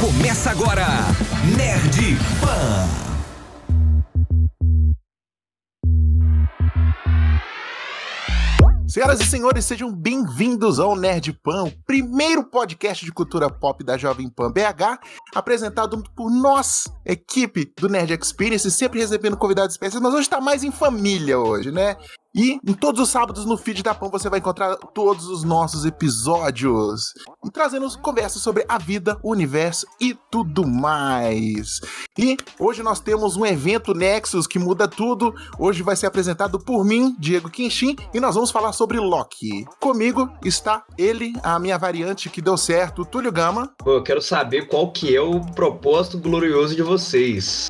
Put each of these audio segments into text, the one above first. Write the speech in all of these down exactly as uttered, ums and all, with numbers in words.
Começa agora, Nerd Pan. Senhoras e senhores, sejam bem-vindos ao Nerd Pan, o primeiro podcast de cultura pop da Jovem Pan B H, apresentado por nós, equipe do Nerd Experience, sempre recebendo convidados especiais, mas hoje tá mais em família hoje, né? E em todos os sábados no feed da Pan você vai encontrar todos os nossos episódios e trazendo conversas sobre a vida, o universo e tudo mais. E hoje nós temos um evento Nexus que muda tudo. Hoje vai ser apresentado por mim, Diego Quinchim, e nós vamos falar sobre Loki. Comigo está ele, a minha variante que deu certo, Túlio Gama. Pô, eu quero saber qual que é o propósito glorioso de vocês.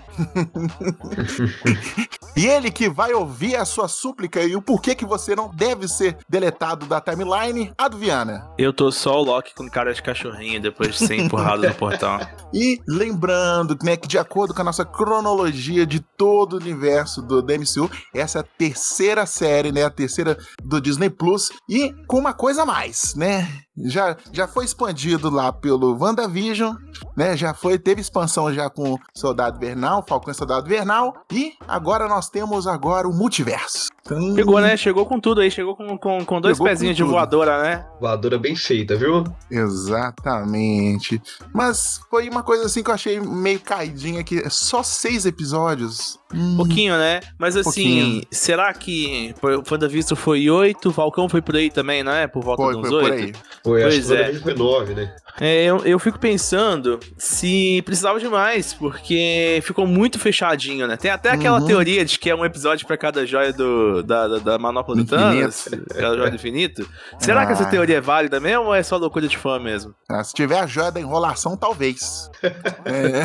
E ele que vai ouvir a sua súplica e o porquê que você não deve ser deletado da timeline, Adviana. Eu tô só o Loki com cara de cachorrinho depois de ser empurrado no portal. E lembrando, né, que de acordo com a nossa cronologia de todo o universo do D M C U, essa é a terceira série, né, a terceira do Disney Plus, e com uma coisa a mais, né? Já, já foi expandido lá pelo WandaVision, né? Já foi, teve expansão já com Soldado Invernal, Falcão e Soldado Invernal, e agora nós temos agora o multiverso. Então... Chegou, né? Chegou com tudo aí, chegou com, com, com dois pezinhos de voadora, né? Voadora bem feita, viu? Exatamente. Mas foi uma coisa assim que eu achei meio caidinha aqui, só seis episódios. Hum, pouquinho, né? Mas assim, pouquinho. Será que o WandaVision foi oito, Falcão foi por aí também, não é? Por volta foi, dos foi oito? Por aí. Foi, pois acho que o WandaVision foi nove, né? É, eu, eu fico pensando se precisava de mais, porque ficou muito fechadinho, né? Tem até aquela uhum. teoria de que é um episódio pra cada joia do, da, da, da manopla do Thanos, aquela joia do infinito. Será ah. que essa teoria é válida mesmo ou é só loucura de fã mesmo? Ah, se tiver a joia da enrolação, talvez. é.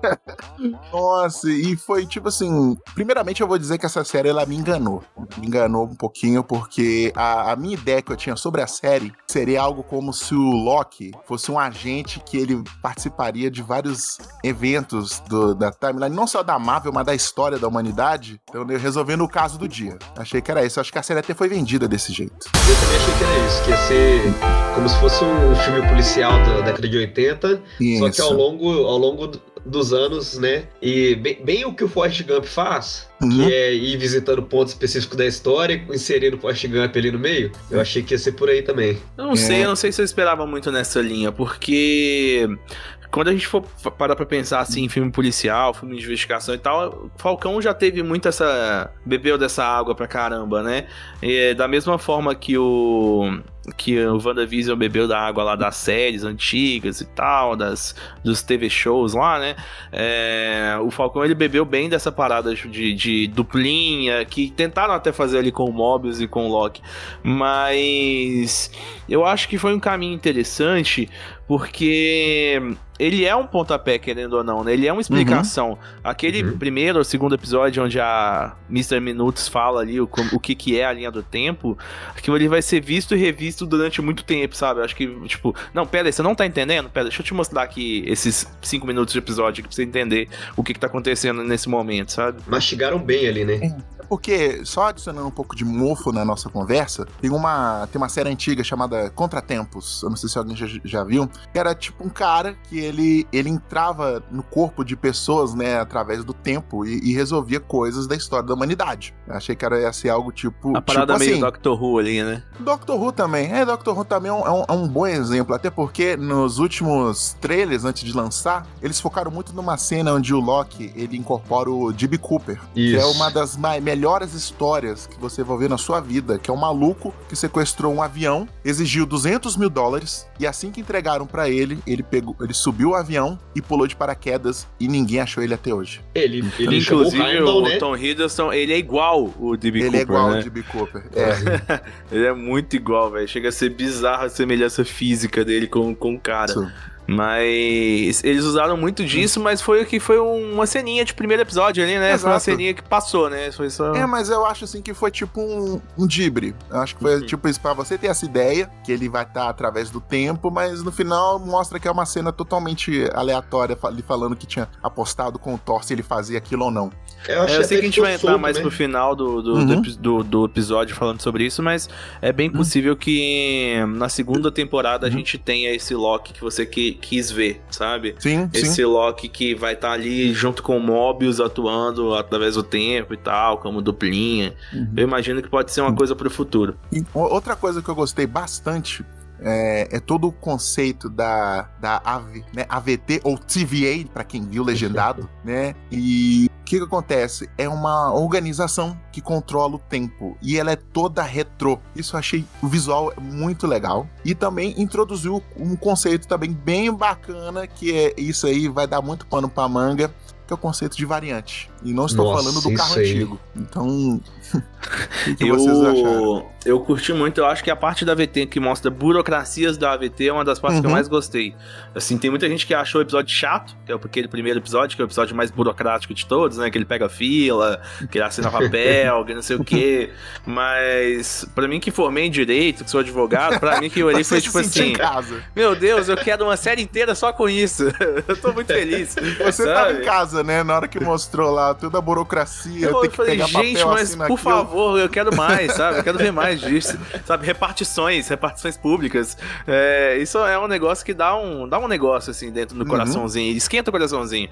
Nossa, e foi tipo assim... Primeiramente eu vou dizer que essa série, ela me enganou. Me enganou um pouquinho, porque a, a minha ideia que eu tinha sobre a série seria algo como se o Loki fosse um agente que ele participaria de vários eventos do, da timeline, não só da Marvel, mas da história da humanidade, então resolvendo o caso do dia. Achei que era isso, acho que a série até foi vendida desse jeito. Eu também achei que era isso, que ia ser como se fosse um filme policial da década de oitenta, isso. Só que ao longo, ao longo dos anos, né, e bem, bem o que o Forrest Gump faz, uhum. que é ir visitando pontos específicos da história, inserindo o Forrest Gump ali no meio, eu achei que ia ser por aí também. Eu não é. sei, eu não sei se eu esperava muito nessa linha, porque... Quando a gente for parar pra pensar assim em filme policial, filme de investigação e tal, Falcão já teve muito essa... bebeu dessa água pra caramba, né? E, da mesma forma que o... que o WandaVision bebeu da água lá das séries antigas e tal, das, dos T V shows lá, né? É, o Falcão, ele bebeu bem dessa parada de, de duplinha, que tentaram até fazer ali com o Mobius e com o Loki, mas eu acho que foi um caminho interessante, porque ele é um pontapé, querendo ou não, né? Ele é uma explicação. Uhum. Aquele uhum. primeiro ou segundo episódio onde a mister Minutes fala ali o, o que, que é a linha do tempo, aquilo ali vai ser visto e revisto durante muito tempo, sabe? Eu acho que, tipo, não, pera aí, você não tá entendendo? Pera, deixa eu te mostrar aqui esses cinco minutos de episódio aqui pra você entender o que que tá acontecendo nesse momento, sabe? Mastigaram bem ali, né? É, porque, só adicionando um pouco de mofo na nossa conversa, tem uma, tem uma série antiga chamada Contratempos, eu não sei se alguém já, já viu, que era tipo um cara que ele, ele entrava no corpo de pessoas, né, através do tempo e, e resolvia coisas da história da humanidade. Eu achei que era, ia ser algo tipo... A parada tipo meio assim, Doctor Who ali, né? Doctor Who também. É, Doctor Who também é um, é, um, é um bom exemplo, até porque nos últimos trailers, antes de lançar, eles focaram muito numa cena onde o Loki, ele incorpora o D B Cooper, Isso. que é uma das mais, melhores histórias que você vai ver na sua vida, que é um maluco que sequestrou um avião, exigiu duzentos mil dólares, e assim que entregaram pra ele, ele, pegou, ele subiu o avião e pulou de paraquedas, e ninguém achou ele até hoje. Ele, ele Inclusive, o, Heimdall, o né? Tom Hiddleston, ele é igual o D B Cooper, Ele é igual né? o D B Cooper, é. Ele é muito igual, velho. Chega a ser bizarra a semelhança física dele com, com o cara. Sim. Mas eles usaram muito disso, mas foi que foi uma ceninha de primeiro episódio ali, né? Exato. Foi uma ceninha que passou, né? Foi só... É, mas eu acho assim que foi tipo um, um dibre. Eu acho que foi uhum. tipo isso pra você ter essa ideia, que ele vai estar através do tempo, mas no final mostra que é uma cena totalmente aleatória, ali falando que tinha apostado com o Thor se ele fazia aquilo ou não. Eu, é, eu sei que a gente vai entrar solto, mais né? pro final do, do, uhum. do, do, do episódio falando sobre isso, mas é bem possível uhum. que na segunda temporada uhum. a gente tenha esse Loki que você que quis ver, sabe? Sim, Esse sim. Loki que vai estar tá ali junto com o Mobius atuando através do tempo e tal, como duplinha. Uhum. Eu imagino que pode ser uma coisa pro futuro. E outra coisa que eu gostei bastante É, é todo o conceito da, da A V, né? A V T ou T V A, para quem viu legendado, né? E o que, que acontece? É uma organização que controla o tempo e ela é toda retrô. Isso eu achei o visual muito legal. E também introduziu um conceito também bem bacana, que é isso aí, vai dar muito pano pra manga, que é o conceito de variante. E não estou Nossa, falando do carro aí. antigo. Então, o que, que eu, vocês acharam? Eu curti muito. Eu acho que a parte da A V T que mostra burocracias da A V T é uma das partes uhum. que eu mais gostei. Assim, tem muita gente que achou o episódio chato, que é aquele primeiro episódio, que é o episódio mais burocrático de todos, né? Que ele pega fila, que ele assina papel, que não sei o quê. Mas, pra mim que formei em direito, que sou advogado, pra mim que eu olhei foi tipo assim... Meu Deus, eu quero uma série inteira só com isso. Eu tô muito feliz. Você sabe? Tava em casa, né? Na hora que mostrou lá toda a burocracia, eu tem que falei, pegar gente, papel, mas por aquilo. favor, eu quero mais, sabe? Eu quero ver mais disso, sabe? Repartições, repartições públicas. É, isso é um negócio que dá um, dá um negócio, assim, dentro do uhum. coraçãozinho. Esquenta o coraçãozinho.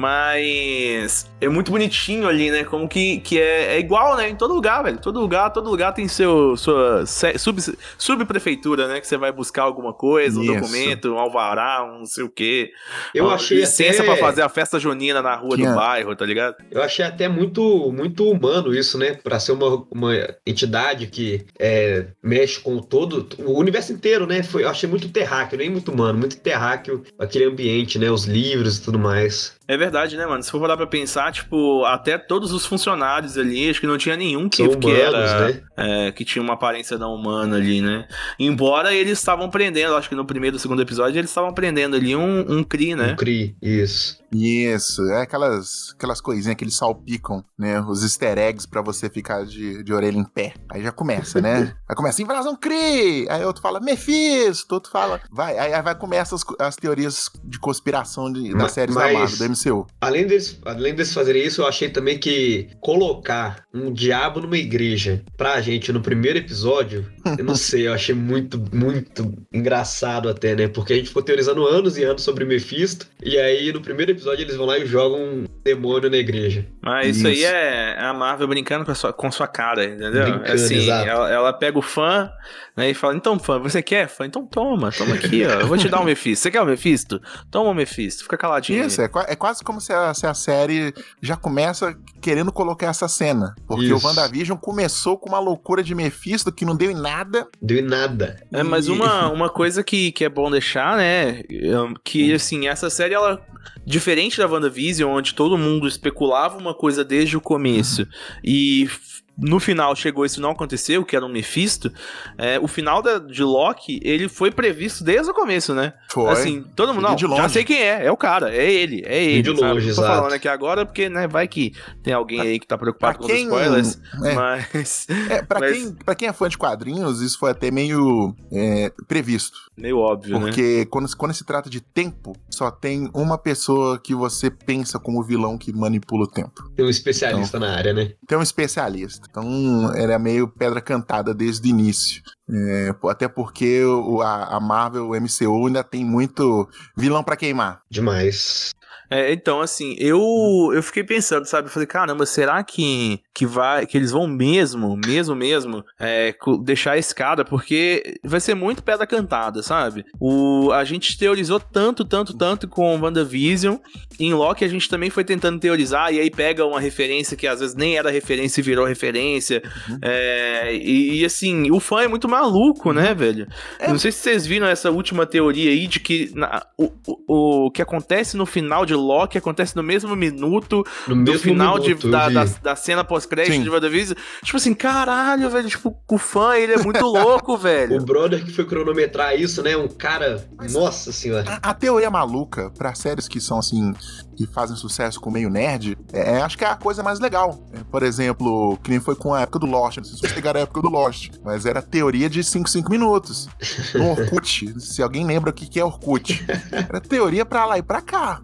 Mas é muito bonitinho ali, né? Como que, que é, é igual, né? Em todo lugar, velho. Todo lugar, todo lugar tem seu, sua sub, subprefeitura, né? Que você vai buscar alguma coisa, um isso. documento, um alvará, um não sei o quê. Eu uma achei licença até... pra fazer a festa junina na rua Tinha. do bairro, tá ligado? Eu achei até muito, muito humano isso, né? Pra ser uma, uma entidade que é, mexe com todo o universo inteiro, né? Foi, eu achei muito terráqueo, nem muito humano, muito terráqueo aquele ambiente, né? Os livros e tudo mais. É verdade, né, mano? Se for parar pra pensar, tipo, até todos os funcionários ali, acho que não tinha nenhum que, São que humanos, era, né? é, que tinha uma aparência não humana ali, né? Embora eles estavam prendendo, acho que no primeiro e segundo episódio, eles estavam prendendo ali um, um Kree, né? Um Kree, isso. Isso, é aquelas, aquelas coisinhas que eles salpicam, né? Os easter eggs pra você ficar de, de orelha em pé. Aí já começa, né? Aí começa, invasão Kree! Aí outro fala, Mephisto! Outro fala, vai. Aí, aí vai começar as, as teorias de conspiração de, das séries da Marvel, do M C U. Além deles, além deles fazerem isso, eu achei também que colocar um diabo numa igreja pra gente no primeiro episódio, eu não sei, eu achei muito, muito engraçado até, né? Porque a gente ficou teorizando anos e anos sobre Mephisto, e aí no primeiro episódio eles vão lá e jogam um demônio na igreja. Mas isso, isso aí é a Marvel brincando com a sua, com sua cara, entendeu? Brincando, assim, exato. Ela, ela pega o fã, né, e fala, então fã, você quer? Fã? Então toma, toma aqui, ó, eu vou te dar um Mephisto. Você quer o Mephisto? Toma o Mephisto, fica caladinho. Isso, é, é quase como se a, se a série já começa querendo colocar essa cena, porque isso. o WandaVision começou com uma loucura de Mephisto que não deu em nada. Deu em nada. É, mas e... uma, uma coisa que, que é bom deixar, né, que assim, essa série, ela, diferente da WandaVision, onde todo mundo especulava uma coisa desde o começo, uhum. e no final chegou isso não aconteceu, que era um Mephisto, é, o final da, de Loki, ele foi previsto desde o começo, né? Foi. Assim, todo mundo, não, já sei quem é, é o cara, é ele, é ele, de sabe? longe, Não tô exato. falando aqui agora porque, né, vai que tem alguém aí que tá preocupado pra com quem, os spoilers, é, mas... É, pra, mas... Quem, pra quem é fã de quadrinhos, isso foi até meio é, previsto. Meio óbvio, porque né? Porque quando, quando se trata de tempo, só tem uma pessoa que você pensa como vilão que manipula o tempo. Tem um especialista então, na área, né? Tem um especialista. Então, era meio pedra cantada desde o início. É, até porque o, a, a Marvel, o M C U, ainda tem muito vilão pra queimar. Demais. É, então, assim, eu, eu fiquei pensando, sabe? Eu falei, caramba, será que, que, vai, que eles vão mesmo, mesmo, mesmo, é, deixar a escada? Porque vai ser muito pedra cantada, sabe? O, a gente teorizou tanto, tanto, tanto com WandaVision. Em Loki a gente também foi tentando teorizar, e aí pega uma referência que às vezes nem era referência e virou referência. Uhum. É, e, e, assim, o fã é muito maluco, né, velho? É. Não sei se vocês viram essa última teoria aí de que na, o, o, o que acontece no final de Loki acontece no mesmo minuto no do mesmo final minuto, de, da, da, da cena pós-crédito de WandaVision. Tipo assim, caralho, velho, tipo, o fã, ele é muito louco, velho. O brother que foi cronometrar isso, né, um cara, mas, nossa senhora. A, a teoria maluca, pra séries que são assim, que fazem sucesso com meio nerd, é, acho que é a coisa mais legal. É, por exemplo, que nem foi com a época do Lost, não sei se vocês pegaram a época do Lost, mas era teoria de cinco, cinco minutos. No Orkut, se alguém lembra o que é Orkut. Era teoria pra lá e pra cá. E no final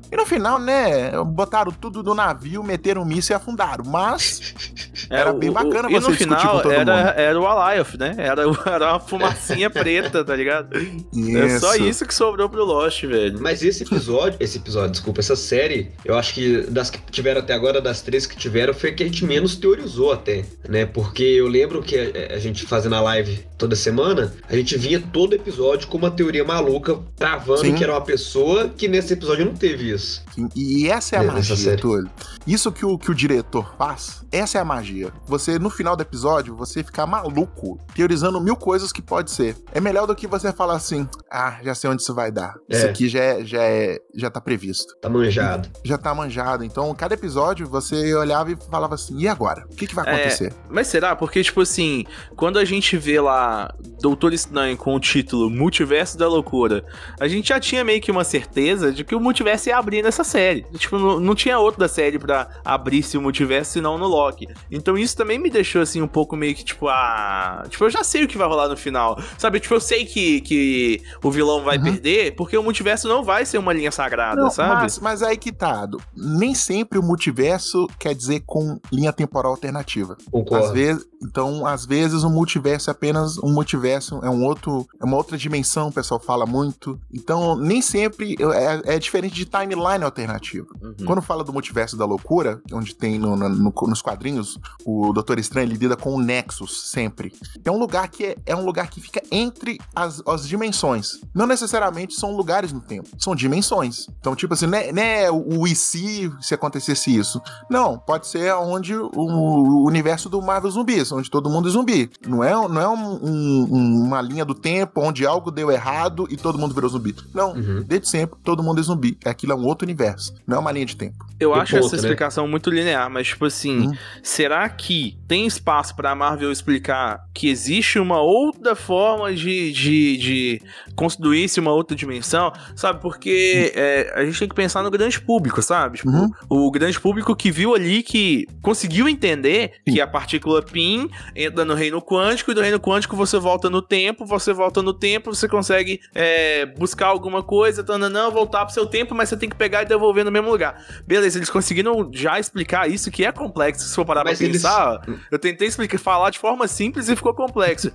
final, né, botaram tudo no navio, meteram um míssil e afundaram, mas é, era bem bacana o, você discutir final, com todo era, mundo. Era o Alioth, né? Era, era uma fumacinha preta, tá ligado? Isso. É só isso que sobrou pro Lost, velho. Mas esse episódio, esse episódio, desculpa, essa série, eu acho que das que tiveram até agora, das três que tiveram, foi a que a gente menos teorizou até, né? Porque eu lembro que a, a gente fazendo a live toda semana, a gente vinha todo episódio com uma teoria maluca, travando Sim. que era uma pessoa, que nesse episódio não teve isso. Sim. E essa é a é, magia, Túlio. Isso que o, que o diretor faz, essa é a magia. Você, no final do episódio, você ficar maluco, teorizando mil coisas que pode ser. É melhor do que você falar assim, ah, já sei onde isso vai dar. É. Isso aqui já, é, já, é, já tá previsto. Tá manjado. Já tá manjado. Então, cada episódio, você olhava e falava assim, e agora? O que, que vai acontecer? É, mas será? Porque, tipo assim, quando a gente vê lá Doutor Estranho com o título Multiverso da Loucura, a gente já tinha meio que uma certeza de que o multiverso ia abrir nessa série. Tipo, não, não tinha outra série pra abrir-se o multiverso, senão no Loki. Então isso também me deixou, assim, um pouco meio que, tipo, ah... Tipo, eu já sei o que vai rolar no final. Sabe? Tipo, eu sei que, que o vilão vai uhum. perder, porque o multiverso não vai ser uma linha sagrada, não, sabe? Mas, mas aí que tá, nem sempre o multiverso quer dizer com linha temporal alternativa. Concordo. Às vezes, então, às vezes o multiverso é apenas um multiverso, é um outro, é uma outra dimensão, o pessoal fala muito. Então, nem sempre é, é diferente de timeline alternativa. Uhum. Quando fala do multiverso da loucura, onde tem no, no, no, nos quadrinhos, o Doutor Estranho ele lida com o Nexus sempre. É um lugar que é, é um lugar que fica entre as, as dimensões. Não necessariamente são lugares no tempo, são dimensões. Então, tipo assim, não é, não é o e se se acontecesse isso. Não, pode ser onde o, o universo do Marvel Zumbis, onde todo mundo é zumbi. Não é, não é um, um, uma linha do tempo onde algo deu errado e todo mundo virou zumbi. Não, uhum. desde sempre todo mundo é zumbi. Aquilo é um outro universo, não é uma linha de tempo. Eu o acho ponto, essa né? explicação muito linear, mas tipo assim, uhum. será que tem espaço pra Marvel explicar que existe uma outra forma de, de, de construir-se uma outra dimensão, sabe? Porque uhum. é, a gente tem que pensar no grande público, sabe? Tipo, uhum. o grande público que viu ali, que conseguiu entender Sim. que a partícula Pym entra no reino quântico e do reino quântico você volta no tempo, você volta no tempo, você consegue é, buscar alguma coisa, tananã, voltar pro seu tempo, mas você tem que pegar e devolver no mesmo lugar. Beleza, eles conseguiram já explicar isso, que é complexo, se for parar mas pra eles... pensar. Eu tentei explicar, falar de forma simples e ficou complexo.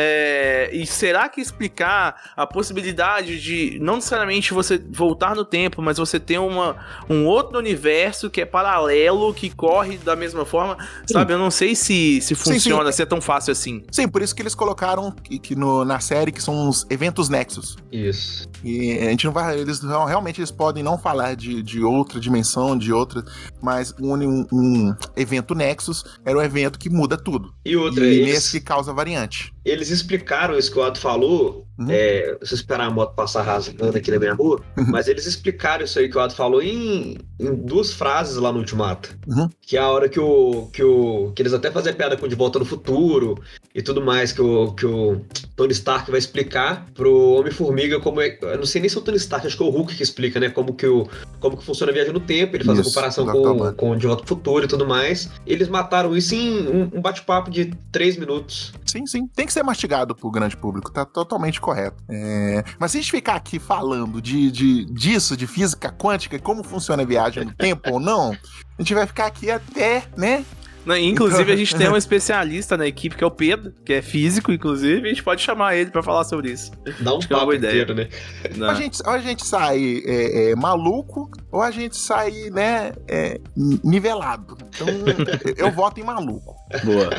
é, e será que explicar a possibilidade de, não necessariamente você voltar no tempo, mas você ter uma, um outro universo que é paralelo, que corre da mesma forma, sim. sabe? Eu não sei se, se funciona, sim, sim. se é tão fácil assim. Sim, por isso que eles colocaram que, que no, na série que são os eventos Nexus. Isso. E a gente não vai, eles realmente eles podem não falar de, de outra dimensão, de outra, mas um, um, um evento Nexus era um evento que muda tudo. E outra, e eles... nesse que causa variante. Eles explicaram isso que o Otto falou, uhum. é, se eu esperar a moto passar rasgando aqui na minha rua, uhum. mas eles explicaram isso aí que o Otto falou em, em duas frases lá no Ultimato. Uhum. Que é a hora que o, que o que eles até fazem piada com De Volta no Futuro e tudo mais, que o, que o Tony Stark vai explicar pro Homem-Formiga como é, eu não sei nem se é o Tony Stark, acho que é o Hulk que explica, né, como que, o, como que funciona a viagem no tempo, ele faz isso, a comparação com, com De Volta pro Futuro e tudo mais. Eles mataram isso em um, um bate-papo de três minutos. Sim, sim. Tem que ser mastigado pro grande público, tá totalmente correto. É... Mas se a gente ficar aqui falando de, de, disso, de física quântica e como funciona a viagem no tempo ou não, a gente vai ficar aqui até, né? Não, inclusive, a gente tem um especialista na equipe, que é o Pedro, que é físico, inclusive, a gente pode chamar ele pra falar sobre isso. Dá um papo inteiro, né? Ou a, gente, ou a gente sai é, é, maluco, ou a gente sai, né, é, nivelado. Então, eu voto em maluco. Boa.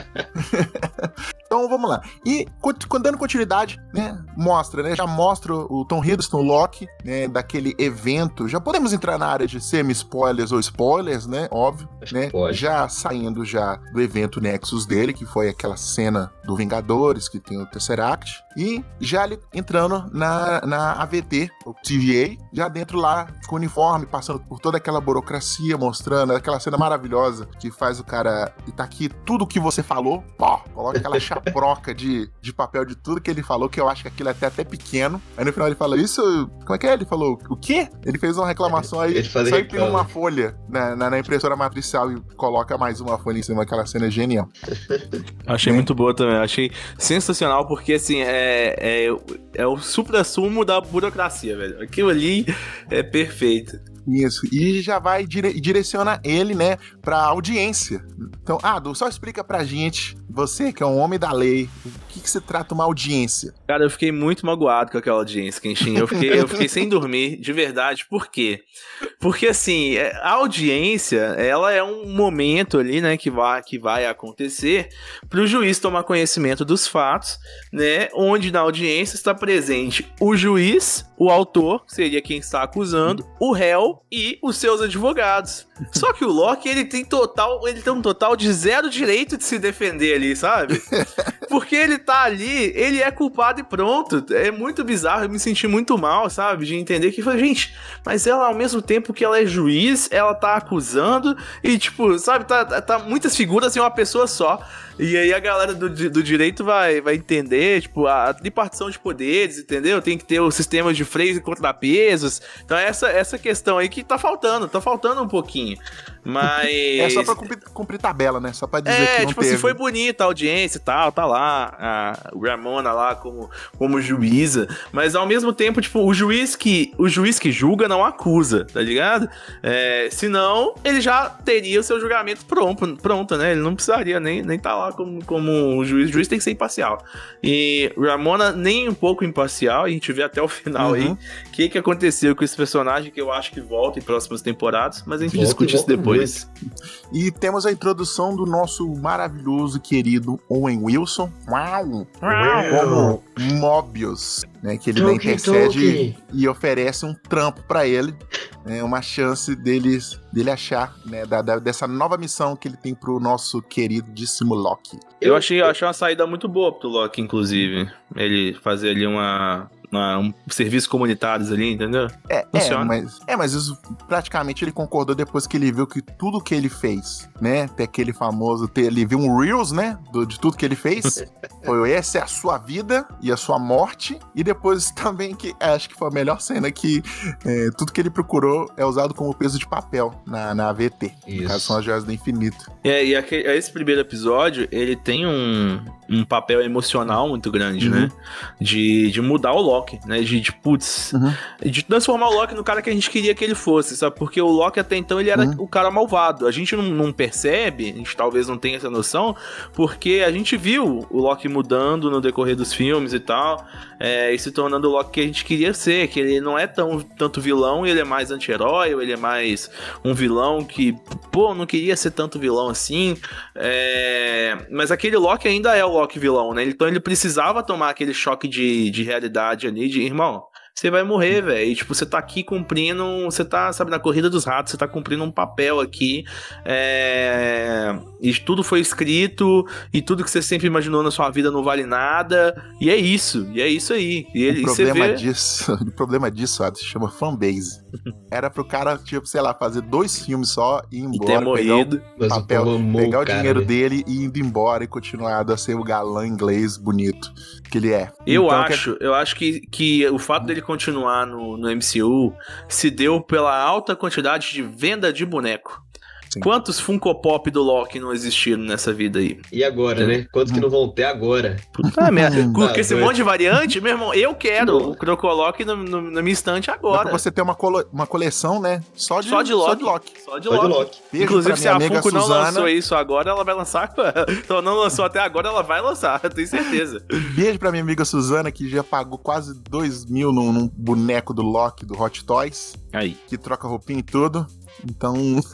Então, vamos lá. E, dando continuidade, né, mostra, né, já mostra o Tom Hiddleston, o Loki, né, daquele evento. Já podemos entrar na área de semi-spoilers ou spoilers, né, óbvio, né? Pode. Já saindo já do evento Nexus dele, que foi aquela cena do Vingadores, que tem o Tesseract, e já ele entrando na, na A V T, o T V A, já dentro lá, com o uniforme, passando por toda aquela burocracia, mostrando aquela cena maravilhosa, que faz o cara, e tá aqui tudo que você falou, pô, coloca aquela chaproca de, de papel de tudo que ele falou, que eu acho que aquilo é até, até pequeno. Aí no final ele fala, isso, como é que é? Ele falou, o quê? Ele fez uma reclamação aí, só imprime uma folha na, na, na impressora matricial e coloca mais uma folha em cima, aquela cena é genial. Achei é. muito boa também, achei sensacional, porque assim, é, é, é o supra-sumo da burocracia, velho. Aquilo ali é perfeito. Isso, e já vai dire direciona ele, né, pra audiência. Então, Ado, só explica pra gente, você que é um homem da lei, o que, que se trata uma audiência? Cara, eu fiquei muito magoado com aquela audiência, Kenshin. Eu fiquei, eu fiquei sem dormir, de verdade. Por quê? Porque, assim, a audiência, ela é um momento ali, né, que vai, que vai acontecer pro juiz tomar conhecimento dos fatos, né, onde na audiência está presente o juiz, o autor, que seria quem está acusando, o réu e os seus advogados. Só que o Loki, ele tem total, ele tem um total de zero direito de se defender ali, sabe? Porque ele tá ali, ele é culpado e pronto. É muito bizarro, eu me senti muito mal, sabe? De entender que, gente, mas ela, ao mesmo tempo que ela é juiz, ela tá acusando e, tipo, sabe, tá, tá muitas figuras em uma pessoa só. E aí a galera do, do direito vai, vai entender, tipo, a tripartição de poderes, entendeu? Tem que ter o sistema de freios e contrapesos. Então é essa, essa questão aí que tá faltando, tá faltando um pouquinho. Mas... É só pra cumprir, cumprir tabela, né? Só pra dizer é, que não tipo teve. assim, foi bonita a audiência e tal, tá lá, a Ramona lá como, como juíza, mas ao mesmo tempo, tipo, o juiz que, o juiz que julga não acusa, tá ligado? É, senão, ele já teria o seu julgamento pronto, pronto, né? Ele não precisaria nem, nem tá lá como, como o juiz. O juiz tem que ser imparcial. E Ramona nem um pouco imparcial, e a gente vê até o final uhum. aí o que, que aconteceu com esse personagem, que eu acho que volta em próximas temporadas, mas a gente volta, discute isso depois. E temos a introdução do nosso maravilhoso querido Owen Wilson. Uau! Como Mobius, né? Que ele nem intercede e oferece um trampo pra ele, né, uma chance deles, dele achar, né, da, da, dessa nova missão que ele tem pro nosso queridíssimo Loki. Eu achei, eu achei uma saída muito boa pro Loki, inclusive. Ele fazer ali uma... Uma, um serviço comunitários ali, entendeu? É, é, mas, é, mas isso praticamente ele concordou depois que ele viu que tudo que ele fez, né? Tem aquele famoso, ele viu um Reels, né? Do, de tudo que ele fez. Foi essa é a sua vida e a sua morte. E depois também que acho que foi a melhor cena que é, tudo que ele procurou é usado como peso de papel na, na A V T. Isso. No caso, são as joias do infinito. É, e aquele, esse primeiro episódio, ele tem um, um papel emocional muito grande, uhum. né? De, de mudar o Loki. Né, de, de putz, uhum. de transformar o Loki no cara que a gente queria que ele fosse, sabe? Porque o Loki até então ele era uhum. o cara malvado. A gente não, não percebe, a gente talvez não tenha essa noção, porque a gente viu o Loki mudando no decorrer dos filmes e tal, é, e se tornando o Loki que a gente queria ser, que ele não é tão, tanto vilão, ele é mais anti-herói, ele é mais um vilão que, pô, não queria ser tanto vilão assim, é, mas aquele Loki ainda é o Loki vilão, né? Então ele precisava tomar aquele choque de, de realidade ali, de irmão, você vai morrer, velho. Tipo, você tá aqui cumprindo, você tá, sabe, na corrida dos ratos, você tá cumprindo um papel aqui, é... e tudo foi escrito, e tudo que você sempre imaginou na sua vida não vale nada, e é isso, e é isso aí. E ele, o problema vê... disso, o problema disso, ó, se chama fanbase. Era pro cara, tipo, sei lá, fazer dois filmes só e ir embora, e ter morrido, pegar o papel, amou, pegar o cara, dinheiro né? dele e indo embora e continuar a ser o galã inglês bonito que ele é. Eu então, acho, que... eu acho que, que o fato dele continuar no, no M C U se deu pela alta quantidade de venda de boneco. Sim. Quantos Funko Pop do Loki não existiram nessa vida aí? E agora, né? Quantos que não vão ter agora? Puta merda. Com ah, esse doido. monte de variante, meu irmão, eu quero não. o Crocolock no, no, na minha estante agora. Dá pra você ter uma, colo uma coleção, né? Só de, só de Loki. Só de Loki. Só de Loki. Loki. Inclusive, se a Funko não Suzana... lançou isso agora, ela vai lançar. Então, não lançou até agora, ela vai lançar, eu tenho certeza. Beijo pra minha amiga Suzana, que já pagou quase dois mil num, num boneco do Loki, do Hot Toys. Aí. Que troca roupinha e tudo. Então,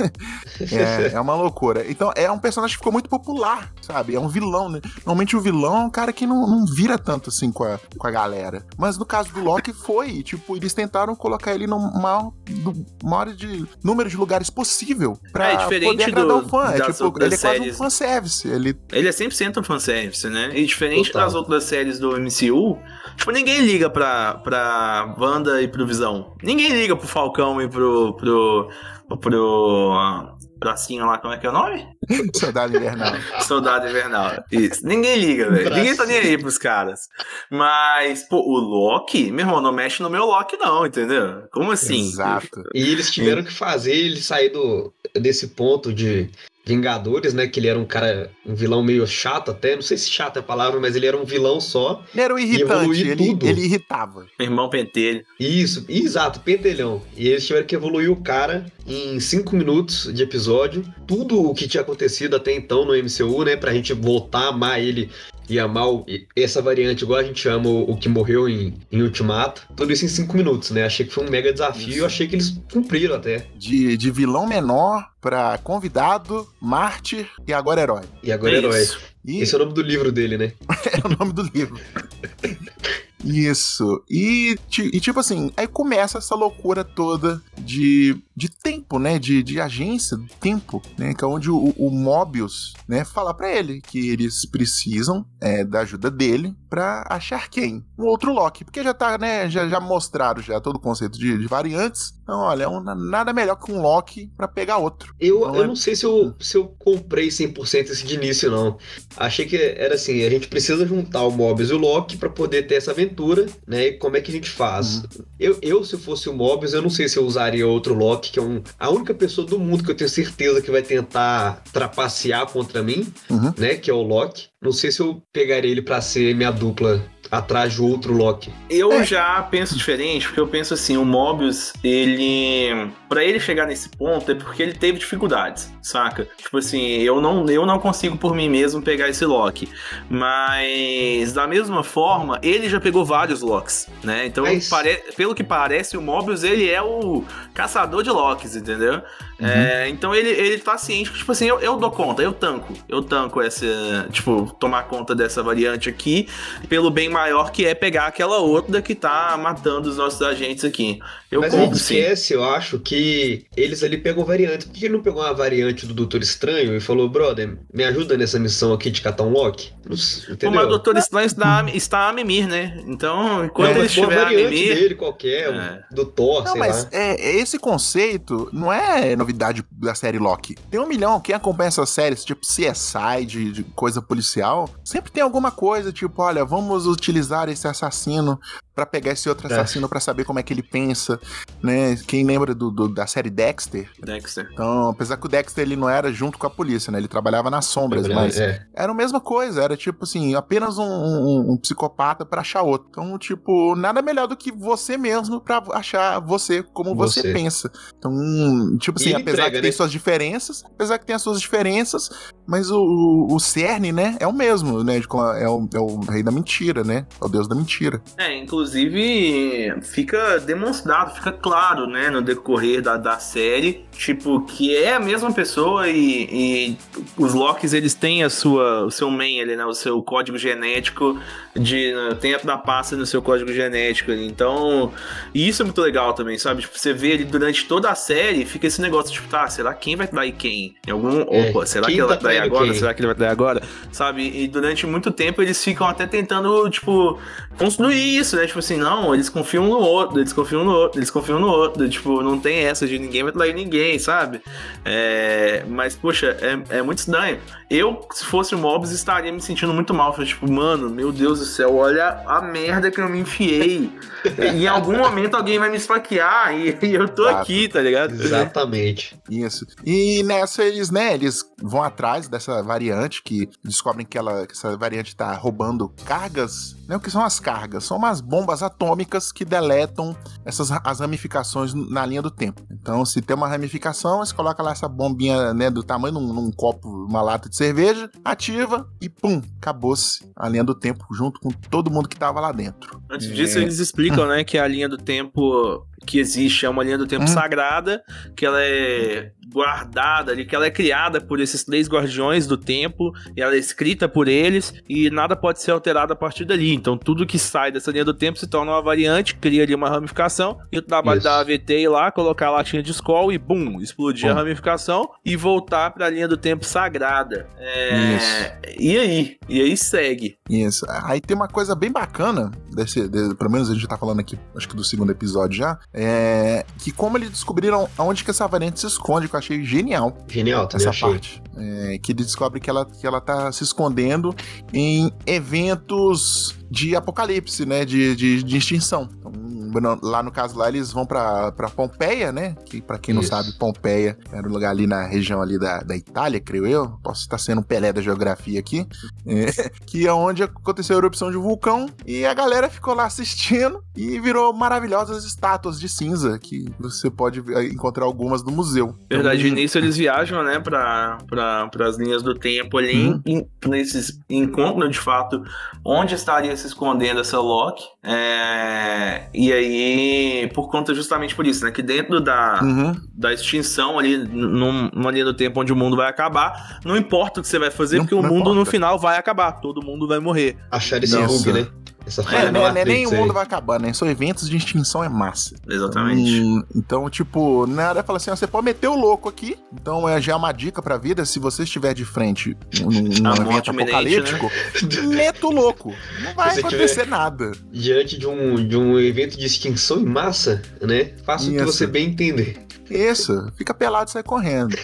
é, é uma loucura. Então, é um personagem que ficou muito popular, sabe? É um vilão, né? Normalmente o vilão é um cara que não, não vira tanto assim com a, com a galera. Mas no caso do Loki foi, tipo, eles tentaram colocar ele no maior, do maior de, número de lugares possível pra é, diferente poder agradar do, o fã. É, das, tipo, das ele é séries. quase um fanservice. Ele... ele é cem por cento um fanservice, né? E diferente Total. das outras séries do M C U, tipo, ninguém liga pra, pra Wanda e pro Visão. Ninguém liga pro Falcão e pro... pro pro bracinho lá, como é que é o nome? Soldado Invernal. Soldado Invernal, isso. Ninguém liga, velho. Ninguém tá nem aí pros caras. Mas, pô, o Loki, meu irmão, não mexe no meu Loki não, entendeu? Como assim? Exato. E eles tiveram que fazer ele sair do, desse ponto de Vingadores, né? Que ele era um cara, um vilão meio chato até. Não sei se chato é a palavra, mas ele era um vilão só. Ele era um irritante, ele, tudo. ele irritava. Irmão pentelho. Isso, exato, pentelhão. E eles tiveram que evoluir o cara em cinco minutos de episódio. Tudo o que tinha acontecido até então no M C U, né? Pra gente voltar a amar ele e amar o, essa variante igual a gente ama o, o que morreu em, em Ultimato. Tudo isso em cinco minutos, né? Achei que foi um mega desafio e eu achei que eles cumpriram até. De, de vilão menor pra convidado, mártir e agora herói. E agora É herói. isso. E... Esse é o nome do livro dele, né? É o nome do livro. Isso. E, e tipo assim, aí começa essa loucura toda de, de tempo, né? De, de agência, do tempo, né? Que é onde o, o Mobius, né, fala pra ele que eles precisam é, da ajuda dele pra achar quem? Um outro Loki. Porque já tá, né? Já, já mostraram já todo o conceito de, de variantes. Então, olha, é um, nada melhor que um Loki pra pegar outro. Eu, então, eu é... não sei se eu, se eu comprei cem por cento esse de início, não. Achei que era assim, a gente precisa juntar o Mobius e o Loki pra poder ter essa aventura, né? E como é que a gente faz? Uhum. Eu, eu, se fosse o Mobius, eu não sei se eu usaria outro Loki, que é um, a única pessoa do mundo que eu tenho certeza que vai tentar trapacear contra mim, uhum. né? Que é o Loki. Não sei se eu pegaria ele pra ser minha dupla atrás de outro Loki. Eu é. já penso diferente, porque eu penso assim, o Mobius, ele... Pra ele chegar nesse ponto é porque ele teve dificuldades, saca? Tipo assim, eu não, eu não consigo por mim mesmo pegar esse Loki. Mas, da mesma forma, ele já pegou vários Locks, né? Então, Mas... pare... pelo que parece, o Mobius, ele é o caçador de Locks, entendeu? Uhum. É, então, ele, ele tá ciente que, tipo assim, eu, eu dou conta, eu tanco. Eu tanco essa, tipo, tomar conta dessa variante aqui, pelo bem maior que é pegar aquela outra que tá matando os nossos agentes aqui. Eu Mas compro, a gente esquece, eu acho, que eles ali pegam variantes. Por que ele não pegou uma variante do Doutor Estranho e falou, brother, me ajuda nessa missão aqui de catar um Loki? Entendeu? Mas o Doutor Estranho está, está a mimir, né? Então, enquanto é, ele estiver a mimir... dele qualquer, é. do Thor, não, sei mas lá. É, esse conceito não é novidade da série Loki. Tem um milhão, quem acompanha essas séries, tipo C S I, de, de coisa policial, sempre tem alguma coisa, tipo, olha, vamos utilizar esse assassino pra pegar esse outro assassino é. pra saber como é que ele pensa, né? Quem lembra do, do, da série Dexter? Dexter. Então, apesar que o Dexter, ele não era junto com a polícia, né? Ele trabalhava nas sombras, é, mas é. era a mesma coisa, era tipo assim, apenas um, um, um psicopata pra achar outro. Então, tipo, nada melhor do que você mesmo pra achar você como você, você pensa. Então, tipo assim, apesar entrega, que né? tem suas diferenças, apesar que tem as suas diferenças, mas o, o, o cerne, né, é o mesmo, né? É o, é o rei da mentira, né? É o deus da mentira. É, inclusive Inclusive, fica demonstrado, fica claro, né, no decorrer da, da série, tipo, que é a mesma pessoa e, e os Locks, eles têm a sua, o seu main ali, né, o seu código genético, de, tem da pasta no seu código genético ali. Então, e isso é muito legal também, sabe? Tipo, você vê ali durante toda a série, fica esse negócio, tipo, tá, será quem vai trair quem? Em algum, é, opa, será que ele vai trair agora? Quem? Será que ele vai trair agora? Sabe? E durante muito tempo eles ficam até tentando, tipo, construir isso, né? Tipo assim, não, eles confiam no outro, eles confiam no outro, eles confiam no outro, tipo, não tem essa de ninguém vai trair ninguém, sabe? É, mas, poxa, é, é muito estranho. Eu, se fosse o Mobius, estaria me sentindo muito mal, tipo, mano, meu Deus do céu, olha a merda que eu me enfiei. Em algum momento alguém vai me esfaquear e, e eu tô Exato. aqui, tá ligado? Exatamente. Isso. E nessa eles, né, eles vão atrás dessa variante, que descobrem que, ela, que essa variante tá roubando cargas, né? O que são as cargas? São umas bombas atômicas que deletam essas as ramificações na linha do tempo. Então, se tem uma ramificação, você coloca lá essa bombinha, né, do tamanho de um, num copo, uma lata de cerveja, ativa e pum, acabou-se a linha do tempo junto com todo mundo que tava lá dentro. Antes disso, é... eles explicam, hum. né, que a linha do tempo que existe é uma linha do tempo hum. sagrada, que ela é guardada ali, que ela é criada por esses três guardiões do tempo, e ela é escrita por eles, e nada pode ser alterado a partir dali. Então tudo que sai dessa linha do tempo se torna uma variante, cria ali uma ramificação, e o trabalho Isso. da A V T ir lá, colocar a latinha de Skrull e bum, explodir bum. a ramificação e voltar pra linha do tempo sagrada. É... Isso. E aí? E aí segue. Isso. Aí tem uma coisa bem bacana, desse, de, pelo menos a gente tá falando aqui, acho que do segundo episódio já, é que como eles descobriram aonde que essa variante se esconde, que eu achei genial. Genial, também essa achei. parte. É, que eles descobrem que ela, que ela tá se escondendo em eventos de apocalipse, né? De, de, de extinção. Então, lá no caso lá, eles vão pra, pra Pompeia, né? Que pra quem não Isso. sabe, Pompeia era um lugar ali na região ali da, da Itália, creio eu. Posso estar sendo um Pelé da geografia aqui. É, que é onde aconteceu a erupção de um vulcão. E a galera ficou lá assistindo e virou maravilhosas estátuas de cinza, que você pode encontrar algumas no museu. Verdade, Então, nisso eles viajam, né, pra, pra, pras linhas do tempo ali, Uhum. em, nesses encontros, de fato, onde estaria se escondendo essa Loki. É, e aí, por conta justamente por isso, né, que dentro da, Uhum. da extinção ali, num, numa linha do tempo onde o mundo vai acabar, não importa o que você vai fazer, Não- porque o não mundo no importa. final vai acabar, todo mundo vai morrer. Achar esse Nossa. bug, né? Essa falha É, na né, né, nem Matrix o mundo aí. vai acabar, né? São eventos de extinção, é massa. Exatamente. Hum, então, tipo, nada fala assim, ó, você pode meter o louco aqui. Então, é, já é uma dica pra vida, se você estiver de frente num, num A evento morte iminente, apocalíptico, meta o louco. Não vai Se você acontecer tiver- nada. Diante de um, de um evento de extinção em massa, né? Faça o que Isso. você bem entender. Isso, fica pelado e sai correndo.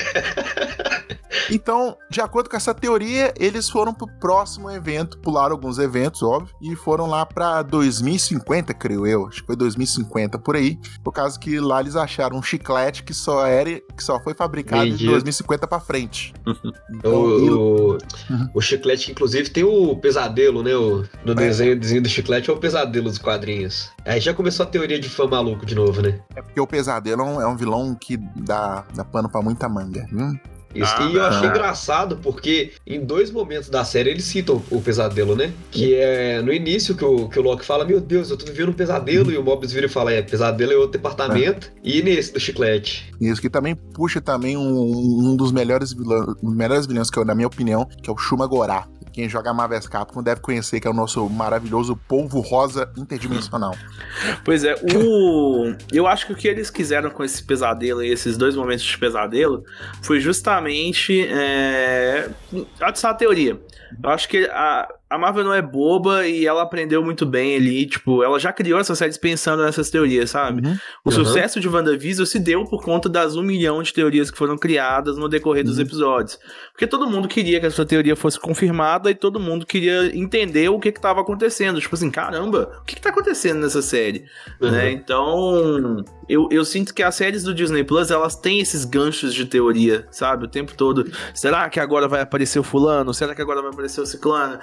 Então, de acordo com essa teoria, eles foram pro próximo evento, pularam alguns eventos, óbvio, e foram lá pra dois mil e cinquenta, creio eu. Acho que foi dois mil e cinquenta por aí. Por causa que lá eles acharam um chiclete que só era, que só foi fabricado Vendido. em dois mil e cinquenta pra frente. Então, O, e- o, Uhum. o chiclete, que inclusive tem o pesadelo, né? O, no É. desenho, desenho do chiclete é o pesadelo dos quadrinhos. Aí já começou a teoria de fã maluco de novo, né? é porque o Pesadelo é um, é um vilão que dá, dá pano pra muita manga. Hum? Isso. Ah, e eu achei ah. engraçado porque em dois momentos da série eles citam o pesadelo, né? Que é no início que o, que o Loki fala: Meu Deus, eu tô vivendo um pesadelo. E o Mobius vira e fala: É, pesadelo é outro departamento. E nesse do chiclete. Isso que também puxa também um, um dos melhores vilões, um dos melhores vilões que eu, na minha opinião, que é o Shuma Gorath. Quem joga Marvel's Capcom deve conhecer, que é o nosso maravilhoso polvo rosa interdimensional. Pois é, o... eu acho que o que eles quiseram com esse pesadelo e esses dois momentos de pesadelo foi justamente é... essa a teoria. Eu acho que a, a Marvel não é boba e ela aprendeu muito bem ali, tipo, ela já criou essas séries pensando nessas teorias, sabe? Uhum. O Uhum. sucesso de WandaVision se deu por conta das um milhão de teorias que foram criadas no decorrer dos Uhum. episódios. Porque todo mundo queria que essa teoria fosse confirmada e todo mundo queria entender o que que tava acontecendo. Tipo assim, caramba, o que que tá acontecendo nessa série? Uhum. Né? Então, eu, eu sinto que as séries do Disney Plus, elas têm esses ganchos de teoria, sabe? O tempo todo. Será que agora vai aparecer o fulano? Será que agora vai aparecer o ciclano?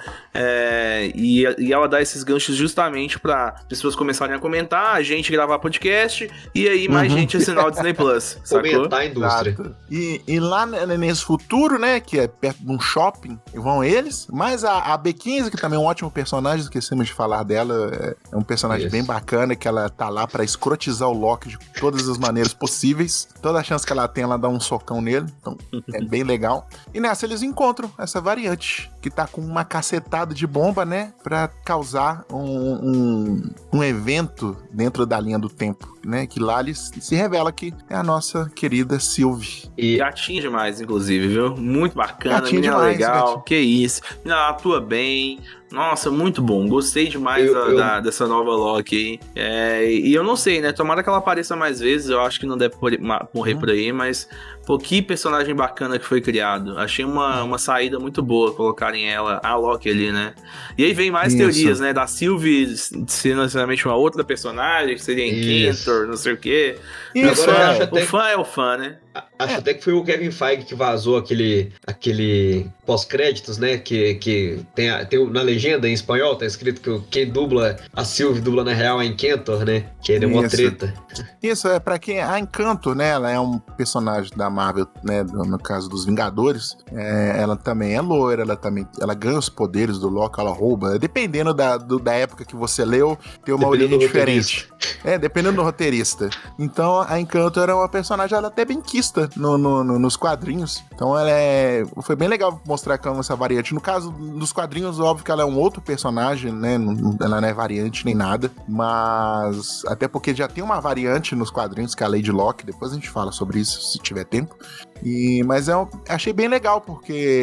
É, e, e ela dá esses ganchos justamente pra pessoas começarem a comentar, a gente gravar podcast e aí mais Uhum. gente assinar o Disney Plus, sacou? Fomentar a indústria. Exato. E, e lá n- nesse futuro, né, que é perto de um shopping, vão eles, mas a, a B quinze, que também é um ótimo personagem, esquecemos de falar dela, é, é um personagem Isso. bem bacana, que ela tá lá pra escrotizar o Loki de todas as maneiras possíveis. Toda a chance que ela tem, ela dá um socão nele, então é bem legal. E nessa eles encontram essa variante, que tá com uma cacetada de bomba, né, pra causar um, um, um evento dentro da linha do tempo, né, que lá eles se revela que é a nossa querida Sylvie. E Gatinho demais, inclusive, viu? Muito bacana, Gatinho menina demais, legal, gatinho. que isso. Menina atua bem. Nossa, muito bom. Gostei demais Eu- da, eu- da- dessa nova Loki aí. É, e eu não sei, né? Tomara que ela apareça mais vezes. Eu acho que não deve por- ma- morrer Uhum. por aí, mas pô, que personagem bacana que foi criado. Achei uma, uma saída muito boa colocarem ela, a Loki ali, né? E aí vem mais Isso. teorias, né? Da Sylvie ser necessariamente uma outra personagem, que seria Isso. Encantor, não sei o quê. Isso, Agora eu é. acho até- O fã é o fã, né? acho até que foi o Kevin Feige que vazou aquele, aquele pós-créditos, né? Que, que tem, a- tem o- na legenda em espanhol, tá escrito que o- quem dubla a Sylvie dubla na real é Encantor, né? Que ele é uma Isso. treta. Isso, é pra quem... A Encanto, né, ela é um personagem da Marvel, né, no no caso dos Vingadores. É, ela também é loira, ela também... Ela ganha os poderes do Loki, ela rouba. Dependendo da, do- da época que você leu, tem uma Dependendo origem do diferente. É, dependendo do roteirista. Então, a Encanto era uma personagem, ela até bem quista no, no- no- nos quadrinhos. Então, ela é... Foi bem legal mostrar com essa variante. No caso, nos quadrinhos, óbvio que ela é um outro personagem, né? Não- Ela não é variante nem nada. Mas... Até porque já tem uma variante nos quadrinhos, que é a Lady Locke. Depois a gente fala sobre isso, se tiver tempo. E, mas é um- achei bem legal, porque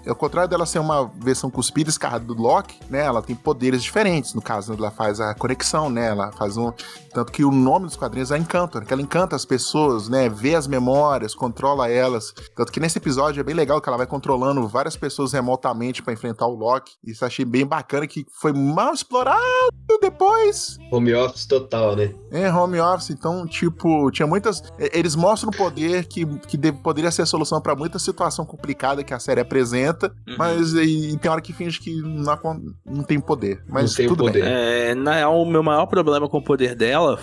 ao contrário dela ser uma versão cuspida e escarrada do Loki, né, ela tem poderes diferentes. No caso, ela faz a conexão, né, ela faz um... Tanto que o nome dos quadrinhos é Encantor, que ela encanta as pessoas, né, vê as memórias, controla elas. Tanto que nesse episódio é bem legal que ela vai controlando várias pessoas remotamente pra enfrentar o Loki. Isso eu achei bem bacana, que foi mal explorado depois. Home office total, né? É, home office. Então, tipo, tinha muitas... Eles mostram o poder que, que deve, poderia ser a solução pra muita situação complicada que a série apresenta, uhum. mas e, e tem hora que finge que não, não tem poder. Mas não tem tudo poder. bem. É, na real, o meu maior problema com o poder dela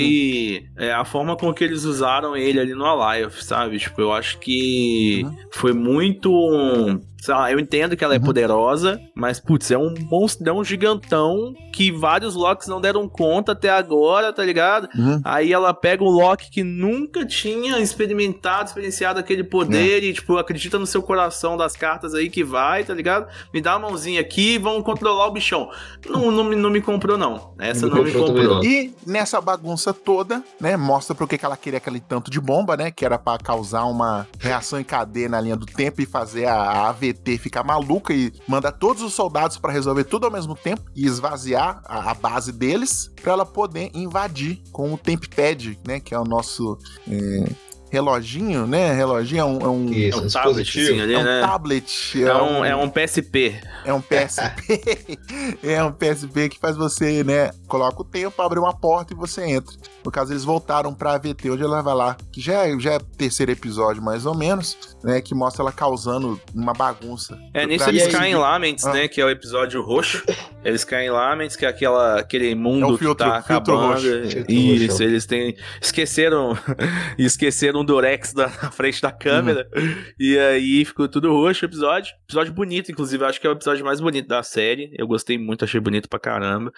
foi hum. é, a forma com que eles usaram ele ali no Alive, sabe? Tipo, eu acho que uhum. foi muito... Sei lá, eu entendo que ela é uhum. poderosa, mas, putz, é um monstro, é um gigantão que vários Locks não deram conta até agora, tá ligado? Uhum. Aí ela pega o Loki que nunca tinha experimentado, experienciado aquele poder uhum. e, tipo, acredita no seu coração das cartas aí que vai, tá ligado? Me dá a mãozinha aqui e vamos controlar o bichão. Não, não, não me comprou, não. Essa não, não me comprou. E nessa bagunça toda, né, mostra por que ela queria aquele tanto de bomba, né, que era pra causar uma reação em cadeia na linha do tempo e fazer a A V T ficar maluca e mandar todos os soldados pra resolver tudo ao mesmo tempo e esvaziar a, a base deles pra ela poder invadir com o Tempad, né, que é o nosso... É... reloginho, né? Reloginho é um, é um, Isso, é um tablet, assim, ali, é um né? tablet. É, é um, um, é um P S P. É um P S P. É um P S P que faz você, né? Coloca o tempo, abre uma porta e você entra. No caso, eles voltaram pra A V T, onde ela vai lá, que já é, já é terceiro episódio, mais ou menos, né? Que mostra ela causando uma bagunça. É, nisso eles caem em Laments, ah. né? Que é o episódio roxo. Eles caem em Laments, que é aquela, aquele mundo é o filtro, que tá acabando. Roxo. Isso, roxo. Eles têm... Esqueceram... esqueceram um durex da, na frente da câmera, uhum. e aí ficou tudo roxo o episódio. Episódio bonito, inclusive, acho que é o episódio mais bonito da série. Eu gostei muito, achei bonito pra caramba.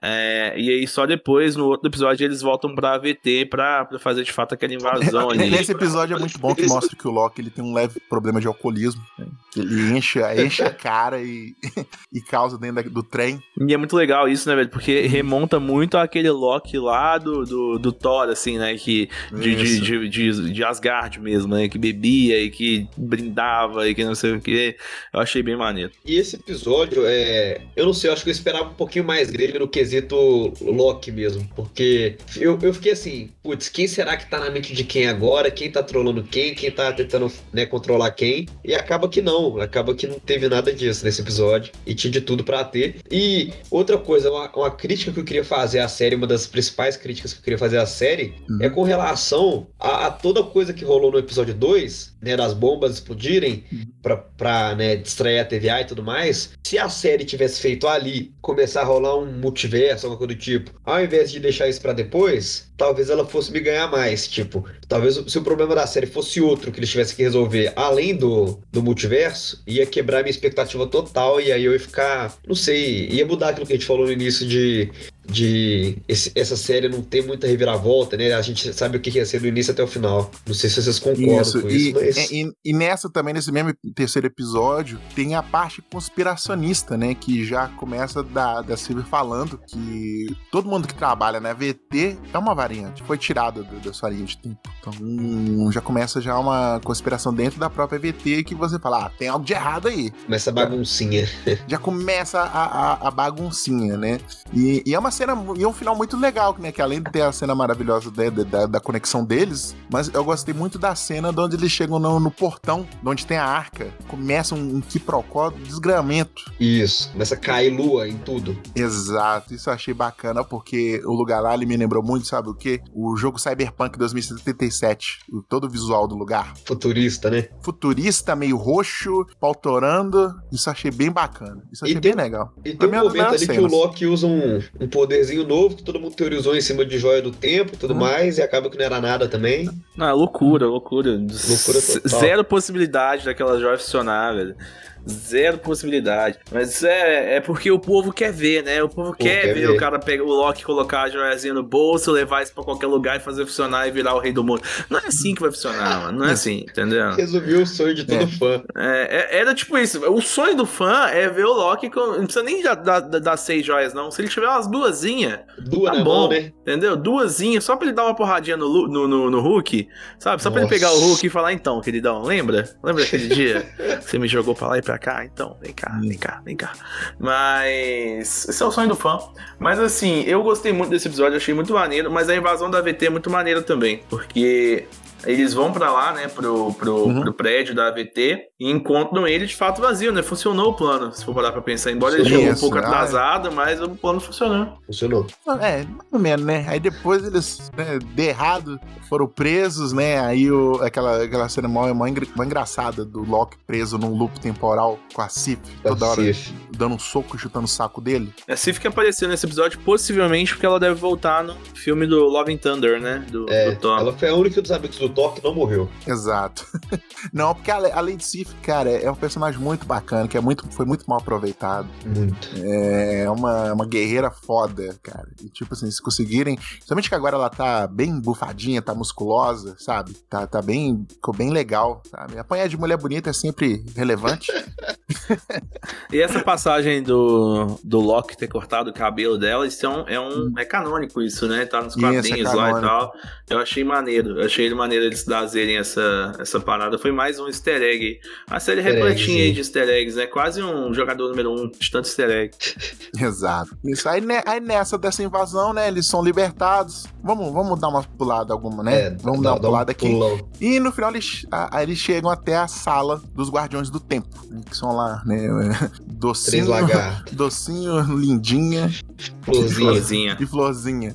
É, e aí só depois, no outro episódio, eles voltam pra A V T pra, pra fazer de fato aquela invasão ali. Nesse episódio é muito bom que mostra que o Loki ele tem um leve problema de alcoolismo. Né? Ele enche, enche a cara e, e causa dentro do trem. E é muito legal isso, né, velho? Porque remonta muito àquele Loki lá do, do, do Thor, assim, né? Que, de, de, de, de, de Asgard mesmo, né? Que bebia e que brindava e que não sei o que. Eu achei bem maneiro. E esse episódio, é... eu não sei, eu acho que eu esperava um pouquinho mais dele no quesito Loki mesmo. Porque eu, eu fiquei assim, putz, quem será que tá na mente de quem agora? Quem tá trolando quem? Quem tá tentando, né, controlar quem? E acaba que não. Acaba que não teve nada disso nesse episódio. E tinha de tudo pra ter. E outra coisa, uma, uma crítica que eu queria fazer à série, uma das principais críticas que eu queria fazer à série, uhum. é com relação a, a toda coisa que rolou no episódio dois, né, das bombas explodirem uhum. pra, pra né, distrair a T V A e tudo mais. Se a série tivesse feito ali, começar a rolar um multiverso, alguma coisa do tipo, ao invés de deixar isso pra depois, talvez ela fosse me ganhar mais. Tipo, talvez se o problema da série fosse outro que eles tivessem que resolver além do, do multiverso, ia quebrar minha expectativa total e aí eu ia ficar, não sei, ia mudar aquilo que a gente falou no início de... de esse, essa série não ter muita reviravolta, né? A gente sabe o que ia ser do início até o final. Não sei se vocês concordam isso, com e, isso, mas... E, e nessa também, nesse mesmo terceiro episódio, tem a parte conspiracionista, né? Que já começa da, da Sylvie falando que todo mundo que trabalha na V T é uma variante, foi tirada da sua linha de tempo. Então um, já começa já uma conspiração dentro da própria V T que você fala, ah, tem algo de errado aí. Começa a baguncinha. Já, já começa a, a, a baguncinha, né? E, e é uma cena, e é um final muito legal, né? Que além de ter a cena maravilhosa da, da, da conexão deles, mas eu gostei muito da cena de onde eles chegam no, no portão, de onde tem a arca, começa um, um quiprocó, desgramento. Isso, começa a cair lua em tudo. Exato, isso eu achei bacana, porque o lugar lá, ele me lembrou muito, sabe o quê? O jogo Cyberpunk dois mil e setenta e sete, todo o visual do lugar. Futurista, né? Futurista, meio roxo, pautorando, isso eu achei bem bacana, isso eu achei tem, bem legal. E tem um momento ali cenas. que o Loki usa um, um poderzinho novo que todo mundo teorizou em cima de Joia do Tempo e tudo hum. mais, e acaba que não era nada também. Não, é loucura, loucura. Loucura total. Zero possibilidade daquela joia funcionar, velho. Zero possibilidade. Mas é, é porque o povo quer ver, né? O povo quer, quer ver, ver o cara pegar o Loki, colocar a joiazinha no bolso, levar isso pra qualquer lugar e fazer funcionar e virar o rei do mundo. Não é assim que vai funcionar, mano. Não é assim, entendeu? Resumiu o sonho de todo é. fã. É, é, era tipo isso. O sonho do fã é ver o Loki com... Não precisa nem dar, dar, dar seis joias, não. Se ele tiver umas duasinhas, duas tá na bom, mão, né? Entendeu? Duasinhas, só pra ele dar uma porradinha no, no, no, no Hulk, sabe? Só Nossa. pra ele pegar o Hulk e falar, então, queridão, lembra? Lembra aquele dia que você me jogou pra lá e pra pra cá, então, vem cá, vem cá, vem cá. Mas esse é o sonho do fã. Mas assim, eu gostei muito desse episódio, achei muito maneiro, mas a invasão da A V T é muito maneira também, porque eles vão pra lá, né, pro, pro, uhum. pro prédio da A V T e encontram ele de fato vazio, né? Funcionou o plano, se for parar pra pensar. Embora ele chegou um pouco atrasado, ah, é. mas o plano funcionou. Funcionou. É, mais ou menos, né? Aí depois eles, né, de errado, foram presos, né? Aí o, aquela, aquela cena mó, mó, mó engraçada do Loki preso num loop temporal com a Sif, toda hora Sif. dando um soco e chutando o saco dele. A Sif que apareceu nesse episódio, possivelmente porque ela deve voltar no filme do Love and Thunder, né? Do, é, do Thor. Ela foi a única dos amigos do Thor que não morreu. Exato. Não, porque a, a Lady Sif, cara, é um personagem muito bacana, que é muito, foi muito mal aproveitado. Muito. É uma, uma guerreira foda, cara. E tipo assim, se conseguirem... Somente que agora ela tá bem bufadinha, tá musculosa, sabe? Tá, tá bem... Ficou bem legal, sabe? Apanhar de mulher bonita é sempre relevante. E essa passagem do, do Loki ter cortado o cabelo dela, isso é um... É, um, é canônico isso, né? Tá nos quadrinhos é lá e tal. Eu achei maneiro. Eu achei maneiro eles trazerem essa, essa parada. Foi mais um easter egg. A série repletinha aí de easter eggs, né? Quase um jogador número um de tanto easter egg. Exato. Isso aí, né, aí nessa dessa invasão, né? Eles são libertados. Vamos, vamos dar uma pulada alguma, né? É, vamos dá, dar uma pulada um aqui. Pulão. E no final eles, a, eles chegam até a sala dos Guardiões do Tempo, que são lá, né? Docinho, docinho, lindinha. Florzinha. E florzinha.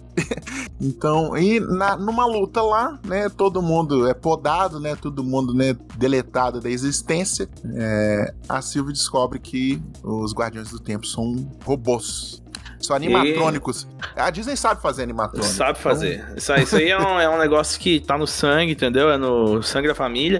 Então, e na, numa luta lá, né? Todo mundo é podado, né? Todo mundo, né? Deletado da existência. É, a Sylvie descobre que os Guardiões do Tempo são robôs. São animatrônicos. E... A Disney sabe fazer animatrônicos. Sabe fazer. Então... Isso, aí, isso aí é, um, é um negócio que tá no sangue, entendeu? É no sangue da família.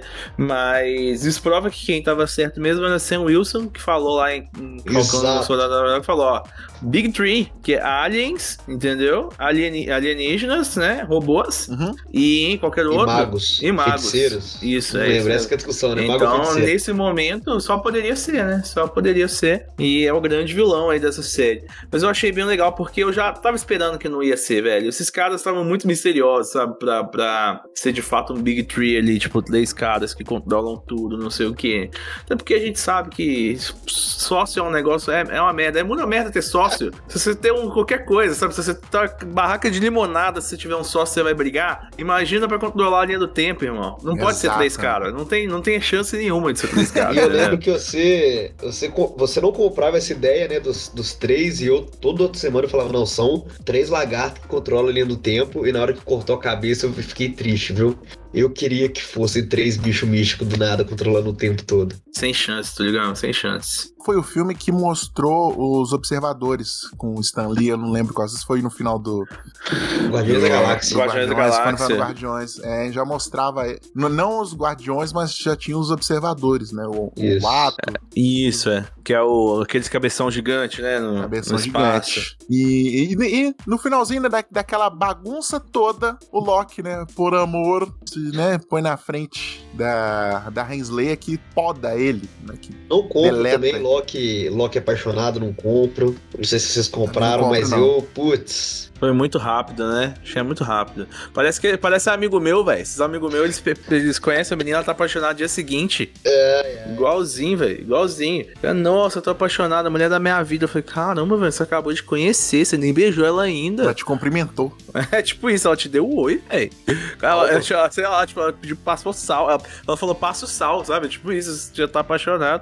Mas isso prova que quem tava certo mesmo era Sam Wilson, que falou lá em, em Falcão Soldado, que falou, ó, Big Three, que é aliens, entendeu? Alien, alienígenas, né? Robôs. Uhum. E em qualquer outro. E magos. E magos. Feiticeiros. Isso, Não é lembro, isso. essa que é a discussão, né? Então, Mago nesse momento, só poderia ser, né? Só poderia ser. E é o grande vilão aí dessa série. Mas eu achei bem legal, porque eu já tava esperando que não ia ser, velho. Esses caras estavam muito misteriosos, sabe? Pra, pra ser de fato um Big Three ali, tipo, três caras que controlam tudo, não sei o quê. Até porque a gente sabe que sócio é um negócio, é, é uma merda. É muita merda ter sócio. Se você ter um, qualquer coisa, sabe? Se você tá barraca de limonada, se você tiver um sócio, você vai brigar. Imagina pra controlar a linha do tempo, irmão. Não pode Exato. ser três caras. Não tem, não tem chance nenhuma de ser três caras. E eu lembro né? que você, você, você não comprava essa ideia, né, dos, dos três, e eu toda outra semana eu falava, não, são três lagartos que controlam a linha do tempo, e na hora que cortou a cabeça eu fiquei triste, viu? Eu queria que fossem três bichos místicos do nada controlando o tempo todo. Sem chance, tá ligado? Sem chance. Foi o filme que mostrou os observadores com o Stan Lee, eu não lembro qual, se foi no final do... Guardiões da Galáxia. Guardiões da Galáxia. Quando Guardiões, é, já mostrava, não os Guardiões, mas já tinha os observadores, né? O, o ato. Isso, é. Que é o, aqueles cabeção gigante, né? No, cabeção no gigante. E, e, e no finalzinho né, da, daquela bagunça toda, o Loki, né? Por amor, se, né, põe na frente da, da Hensley que poda ele. Né, que não compro também, Loki, Loki apaixonado, não compro. Não sei se vocês compraram, compro, mas não. eu, putz... Foi muito rápido, né? Achei muito rápido. Parece que parece amigo meu, velho. Esses amigos meus, eles, eles conhecem a menina, ela tá apaixonada no dia seguinte. É, é. Igualzinho, velho. Igualzinho. Eu, Nossa, eu tô apaixonada, a mulher da minha vida. Eu falei, caramba, velho, você acabou de conhecer, você nem beijou ela ainda. Ela te cumprimentou. É tipo isso, ela te deu um oi, velho. Ela, ela, sei lá, tipo, ela pediu, passou sal. Ela, ela falou, passa o sal, sabe? Tipo isso, você já tá apaixonado.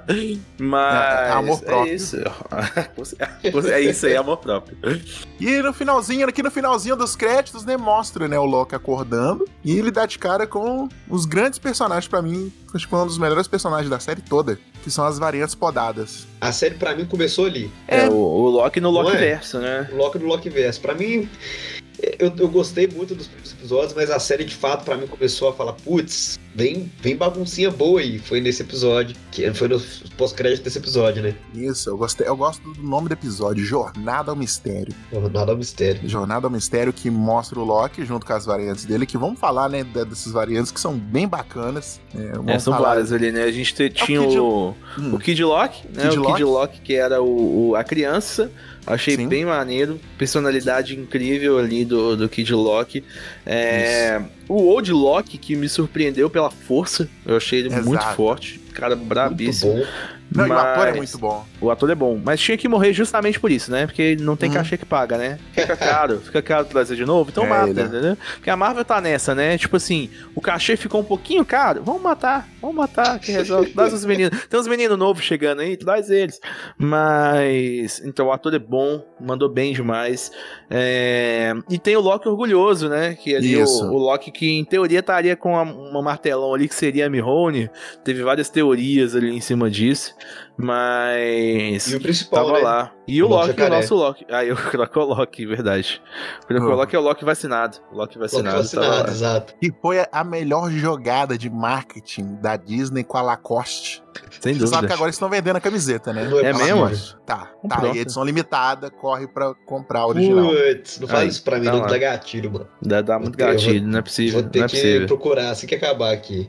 Mas. É, é amor próprio. É isso. É isso aí, é amor próprio. E no finalzinho, aqui no finalzinho dos créditos, né, mostra, né, o Loki acordando e ele dá de cara com os grandes personagens, pra mim, acho que um dos melhores personagens da série toda, que são as variantes podadas. A série, pra mim, começou ali. É, é o, o Loki no Lokiverso, é? né? O Loki no Lokiverso. Pra mim, eu, eu gostei muito dos primeiros episódios, mas a série, de fato, pra mim, começou a falar, putz, vem, vem baguncinha boa aí. Foi nesse episódio, que foi no pós-crédito desse episódio, né? Isso, eu, gostei, eu gosto do nome do episódio, Jornada ao Mistério. Jornada ao Mistério. Jornada ao Mistério, que mostra o Loki junto com as variantes dele, que vamos falar, né, dessas variantes que são bem bacanas. É, é são falar... várias ali, né? A gente te, tinha é o, Kid... o, hum. o Kid Loki, né? Kid o Kid Loki, que era o, o, a criança. Achei Sim. bem maneiro, personalidade incrível ali do, do Kid Loki. É, o Old Loki, que me surpreendeu pela força, eu achei ele Exato. muito forte, cara brabíssimo. Muito bom. Não, Mas... e o ator é muito bom. O ator é bom, mas tinha que morrer justamente por isso, né? Porque não tem uhum. cachê que paga, né? Fica caro, fica caro trazer de novo, então é, mata, né? Entendeu? Porque a Marvel tá nessa, né? Tipo assim, o cachê ficou um pouquinho caro, vamos matar, vamos matar, que resolve. Traz os meninos. Tem uns meninos novos chegando aí, traz eles. Mas, então o ator é bom, mandou bem demais. É... E tem o Loki orgulhoso, né? Que ali o, o Loki que em teoria estaria com uma, uma martelão ali que seria a Mjolnir. Teve várias teorias ali em cima disso. Mas. E o principal, tava né? lá. E o, o Loki, o nosso Loki. Ah, eu coloquei o Loki, verdade. O oh. Loki é o Loki vacinado. O Loki vacinado. Loki vacinado, exato. E foi a melhor jogada de marketing da Disney com a Lacoste. Sem dúvida. Você sabe que agora eles estão vendendo a camiseta, né? É, é mesmo? Tá, tá. Pronto. E edição limitada, corre pra comprar a original. Putz, não faz Aí, isso pra mim, tá não lá. dá gatilho, mano. Dá, dá muito gatilho, vou, não é possível. Vou ter não é que possível. procurar assim que acabar aqui.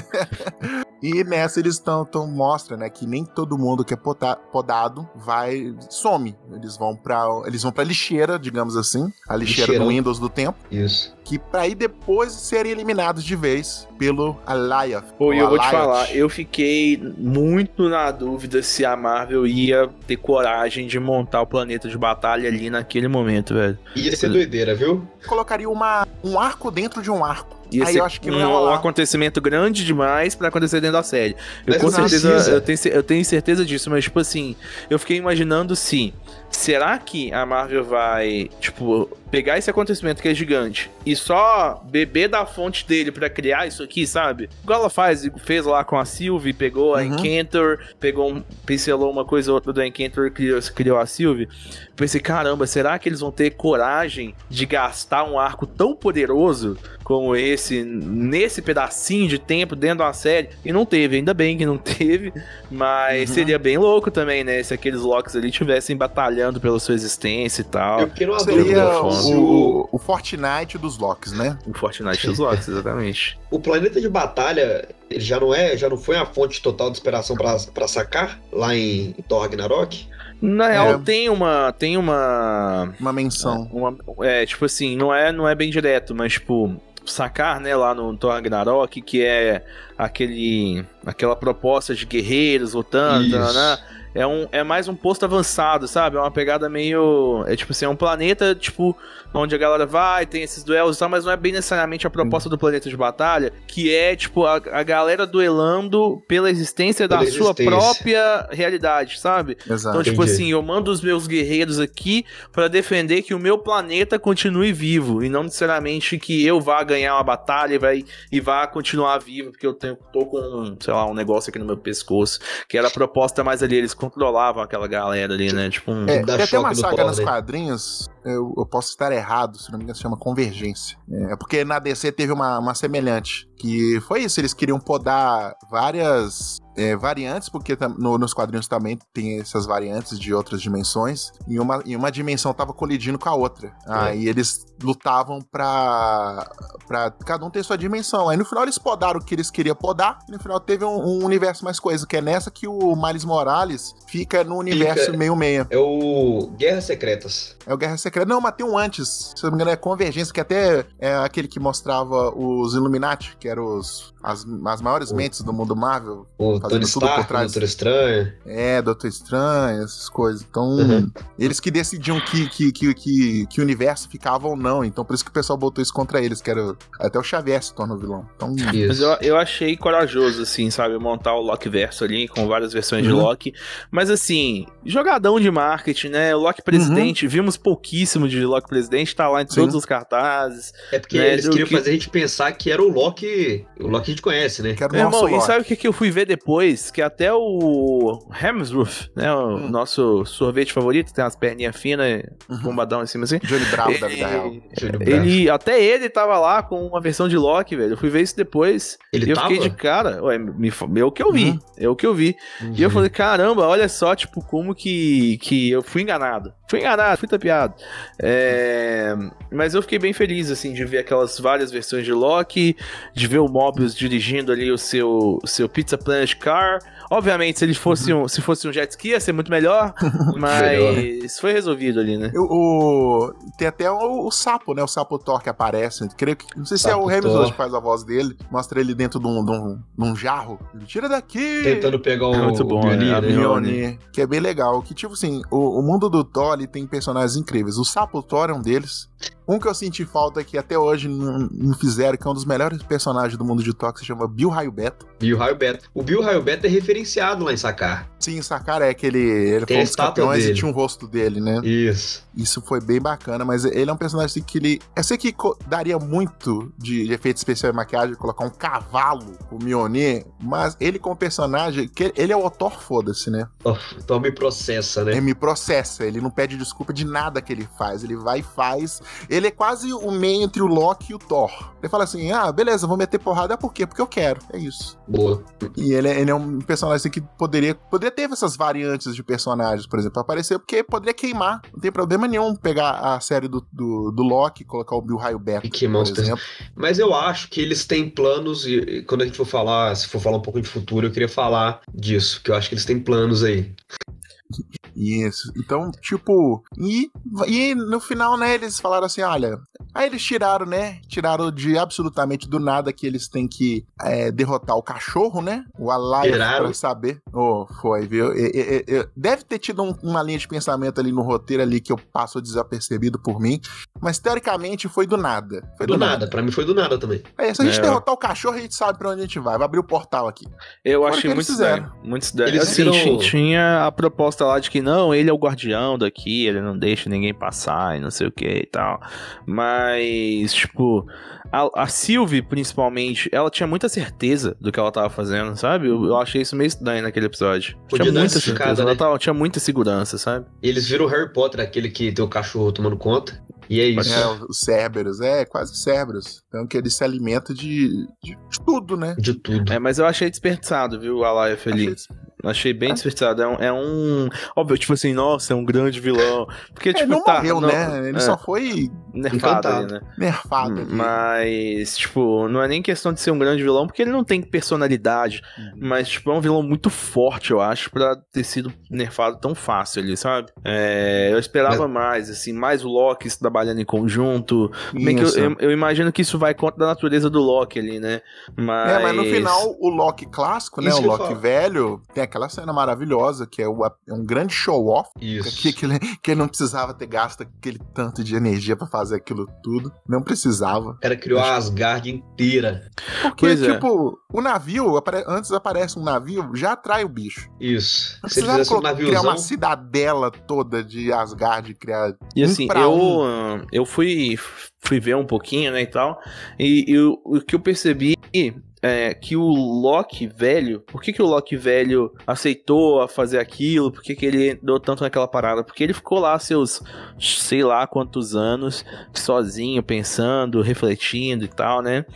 E nessa eles estão, tão, mostra, né, que nem todo mundo que é poda, podado vai, some. Eles vão pra, eles vão pra lixeira, digamos assim, a lixeira Lixeirão. do Windows do tempo. Isso. Que pra aí depois serem eliminados de vez pelo Alioth. Pô, e eu vou te falar, eu fiquei muito na dúvida se a Marvel ia ter coragem de montar o planeta de batalha ali naquele momento, velho. Ia ser doideira, viu? Colocaria uma, um arco dentro de um arco. Ia Aí ser eu acho que não um, é um acontecimento grande demais pra acontecer dentro da série. Eu mas com certeza, precisa. eu tenho, eu tenho certeza disso, mas tipo assim, eu fiquei imaginando se, será que a Marvel vai, tipo, pegar esse acontecimento que é gigante e só beber da fonte dele pra criar isso aqui, sabe? Igual ela faz, fez lá com a Sylvie, pegou a uhum. Encantor, pegou, um, pincelou uma coisa ou outra do Encantor e criou, criou a Sylvie. Pensei, caramba, será que eles vão ter coragem de gastar um arco tão poderoso como esse, nesse pedacinho de tempo dentro de uma série? E não teve, ainda bem que não teve, mas uhum. seria bem louco também, né? Se aqueles Locks ali estivessem batalhando pela sua existência e tal. Eu quero uma seria o, o Fortnite dos Locks, né? O Fortnite dos Locks, exatamente. O planeta de batalha, ele já não é, já não foi a fonte total de inspiração pra, pra sacar lá em Thor Ragnarok? Na real, é. tem uma. Tem uma. Uma menção. Uma, é, tipo assim, não é, não é bem direto, mas, tipo, sacar, né, lá no Thor Ragnarok, que é aquele. aquela proposta de guerreiros lutando, né? É, um, é mais um posto avançado, sabe? É uma pegada meio... É tipo assim, é um planeta, tipo, onde a galera vai, tem esses duelos e tal, mas não é bem necessariamente a proposta do planeta de batalha, que é, tipo, a, a galera duelando pela existência pela da existência. sua própria realidade, sabe? Exato. Então, tipo Entendi. assim, eu mando os meus guerreiros aqui pra defender que o meu planeta continue vivo, e não necessariamente que eu vá ganhar uma batalha e, vai, e vá continuar vivo, porque eu tenho, tô com, sei lá, um negócio aqui no meu pescoço, que era a proposta mais ali, eles controlavam aquela galera ali, né? Tipo um... É, tem até uma saga nos quadrinhos, eu, eu posso estar errado, se não me engano se chama Convergência. É porque na D C teve uma, uma semelhante, que foi isso, eles queriam podar várias... É, variantes, porque no, nos quadrinhos também tem essas variantes de outras dimensões, e uma, e uma dimensão tava colidindo com a outra. É. Aí eles lutavam pra, pra cada um ter sua dimensão. Aí no final eles podaram o que eles queriam podar, e no final teve um, um universo mais coisa, que é nessa que o Miles Morales fica no universo fica, meio-meia. É o Guerras Secretas. É o Guerra Secreta. Não, mas tem um antes, se não me engano é Convergência, que até é aquele que mostrava os Illuminati, que eram os, as, as maiores o, mentes do mundo Marvel. O Tony Stark, Doutor Estranho. É, Doutor Estranho, essas coisas. Então, uhum. eles que decidiam que, que, que, que, que universo ficava ou não. Então, por isso que o pessoal botou isso contra eles, que era até o Xavier se torna o vilão. Então, mas eu, eu achei corajoso, assim, sabe? Montar o Loki-verso ali, com várias versões uhum. de Loki. Mas, assim, jogadão de marketing, né? O Loki Presidente, uhum. vimos pouquíssimo de Loki Presidente, tá lá em todos Sim. os cartazes. É porque né? eles queriam que... fazer a gente pensar que era o Loki, o Loki que a gente conhece, né? Que era o Meu nosso irmão, Loki. E sabe o que, que eu fui ver depois? Que até o Hemsworth, né, o hum. nosso sorvete favorito, tem umas perninhas finas, uhum. bombadão em cima assim. Johnny Bravo da vida real. Ele, até ele tava lá com uma versão de Loki, velho. Eu fui ver isso depois. Ele e eu tava? fiquei de cara. Ué, me, é o que eu vi. Uhum. É o que eu vi. Uhum. E eu falei, caramba, olha só, tipo, como que, que eu fui enganado. Fui enganado, fui tapeado. É... Mas eu fiquei bem feliz, assim, de ver aquelas várias versões de Loki, de ver o Mobius dirigindo ali o seu, o seu Pizza Planet Car. Obviamente, se ele fosse um, se fosse um jet ski, ia ser muito melhor, mas melhor. Foi resolvido ali, né? O, o, tem até o, o sapo, né? O sapo Thor que aparece. Creio que, não sei se sapo é o Hemsworth que faz a voz dele. Mostra ele dentro de um, de um, de um jarro. Ele tira daqui! Tentando pegar o, é muito bom, o Mjolnir, né? né? Mjolnir, que é bem legal. Que, tipo assim, o, o mundo do Thor ele tem personagens incríveis. O sapo Thor é um deles. Um que eu senti falta que até hoje não, não fizeram, que é um dos melhores personagens do mundo de Thor, que se chama Bill Raio Beta. Bill Raio Beta. O Bill Raio Beta é referenciado lá em Sakaar. Sim, Sakaar é aquele... Ele tem foi a um dos campeões dele. E tinha um rosto dele, né? Isso. Isso foi bem bacana, mas ele é um personagem assim, que ele... Eu sei que daria muito de, de efeito especial e maquiagem, colocar um cavalo, o Mjolnir, mas ele como personagem, que ele é o Thor, foda-se, né? Oh, então me processa, né? Ele me processa, ele não pede desculpa de nada que ele faz, ele vai e faz. Ele é quase o meio entre o Loki e o Thor. Ele fala assim, ah, beleza, vou meter porrada, por quê? Porque eu quero, é isso. Boa. E ele é, ele é um personagem assim, que poderia, poderia ter essas variantes de personagens, por exemplo, aparecer, porque poderia queimar, não tem problema nenhum pegar a série do, do, do Loki e colocar o Bill Raio Beta, por exemplo. Mas eu acho que eles têm planos, e, e quando a gente for falar, se for falar um pouco de futuro, eu queria falar disso, que eu acho que eles têm planos aí. Isso, então, tipo, e, e no final, né, eles falaram assim, olha, aí eles tiraram, né, tiraram de absolutamente do nada que eles têm que é, derrotar o cachorro, né, o Alliance pra saber, oh, foi, viu, e, e, e, deve ter tido um, uma linha de pensamento ali no roteiro ali que eu passo desapercebido por mim, mas teoricamente foi do nada. Foi do, do nada. nada, pra mim foi do nada também. É, se a gente é. derrotar o cachorro, a gente sabe pra onde a gente vai, vai abrir o portal aqui. Eu Fora achei muito estranho, muito estranho. Eles assim, viram... tinha a proposta lá de que não, ele é o guardião daqui, ele não deixa ninguém passar e não sei o que e tal. Mas, tipo, a, a Sylvie, principalmente, ela tinha muita certeza do que ela tava fazendo, sabe? Eu, eu achei isso meio estranho naquele episódio. Podia tinha muita certeza, né? Ela tava, tinha muita segurança, sabe? Eles viram o Harry Potter, aquele que tem o cachorro tomando conta. E é isso. É, os Cerberus, é, quase Cerberus. Então que ele se alimenta de, de, de tudo, né? De tudo. É, mas eu achei desperdiçado, viu, a Life ali. Achei... Achei bem é. desperdiçado. É um, é um... Óbvio, tipo assim, nossa, é um grande vilão. Porque, tipo, ele não tá, morreu, não, né? Ele é, só foi... nerfado ali, né? Nerfado ali. Mas, tipo, não é nem questão de ser um grande vilão, porque ele não tem personalidade. Uhum. Mas, tipo, é um vilão muito forte, eu acho, pra ter sido nerfado tão fácil ali, sabe? É, eu esperava é. mais, assim, mais o Loki trabalhando em conjunto. Bem que eu, eu, eu imagino que isso vai contra da natureza do Loki ali, né? Mas... É, mas no final, o Loki clássico, né? Isso o Loki velho, tem aquela cena maravilhosa, que é, o, é um grande show-off. Isso. Que, que, ele, que ele não precisava ter gasto aquele tanto de energia pra fazer aquilo tudo. Não precisava. O cara criou a Asgard inteira. Porque, pois tipo, é. o navio, apare, antes aparece um navio, já atrai o bicho. Isso. Não precisava Se colocar, um criar uma cidadela toda de Asgard, criar... E um assim, eu, um. eu fui, fui ver um pouquinho, né, e tal, e, e o, o que eu percebi... É, que o Loki velho, por que, que o Loki velho aceitou a fazer aquilo, por que, que ele deu tanto naquela parada? Porque ele ficou lá seus sei lá quantos anos sozinho, pensando, refletindo e tal, né?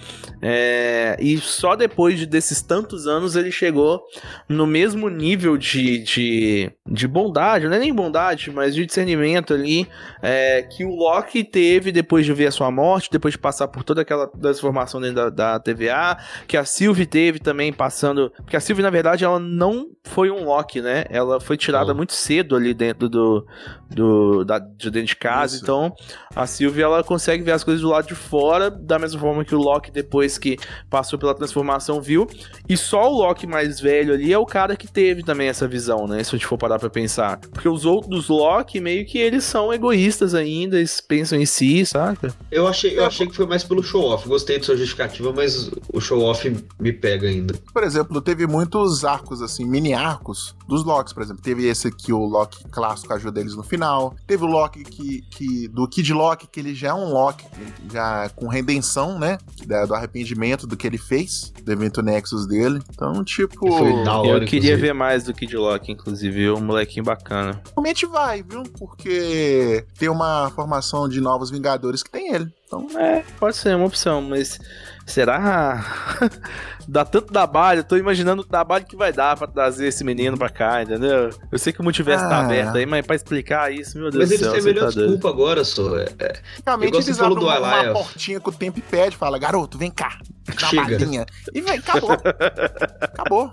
É, e só depois de, desses tantos anos ele chegou no mesmo nível de, de, de bondade, não é nem bondade, mas de discernimento ali, é, que o Loki teve depois de ver a sua morte, depois de passar por toda aquela transformação dentro da, da T V A, que a Sylvie teve também passando... Porque a Sylvie, na verdade, ela não foi um Loki, né? Ela foi tirada oh. muito cedo ali dentro do... do da, de dentro de casa. Isso. Então, a Sylvie, ela consegue ver as coisas do lado de fora, da mesma forma que o Loki, depois que passou pela transformação, viu. E só o Loki mais velho ali é o cara que teve também essa visão, né? Se a gente for parar pra pensar. Porque os outros Loki, meio que eles são egoístas ainda, eles pensam em si, saca? Eu achei, eu achei que foi mais pelo show-off. Gostei de sua justificativa, mas o show-off me pega ainda. Por exemplo, teve muitos arcos, assim, mini arcos dos Locks, por exemplo. Teve esse aqui, o Loki clássico ajuda eles no final. Teve o Loki que, que, do Kid Loki, que ele já é um Loki, já com redenção, né? Do arrependimento do que ele fez, do evento Nexus dele. Então, tipo... Foi da hora, eu queria inclusive. ver mais do Kid Loki, inclusive, um molequinho bacana. Realmente vai, viu? Porque tem uma formação de novos Vingadores que tem ele. Então... É, pode ser uma opção, mas... Será? Dá tanto trabalho, eu tô imaginando o trabalho que vai dar pra trazer esse menino pra cá, entendeu? Eu sei que o multiverso ah. tá aberto aí, mas pra explicar isso, meu Deus do céu. Mas eles têm melhor tá desculpa agora, só. É, Basicamente eles abrem uma, uma portinha com o tempo e pede, fala, garoto, vem cá, na balinha. E, velho, acabou. Acabou.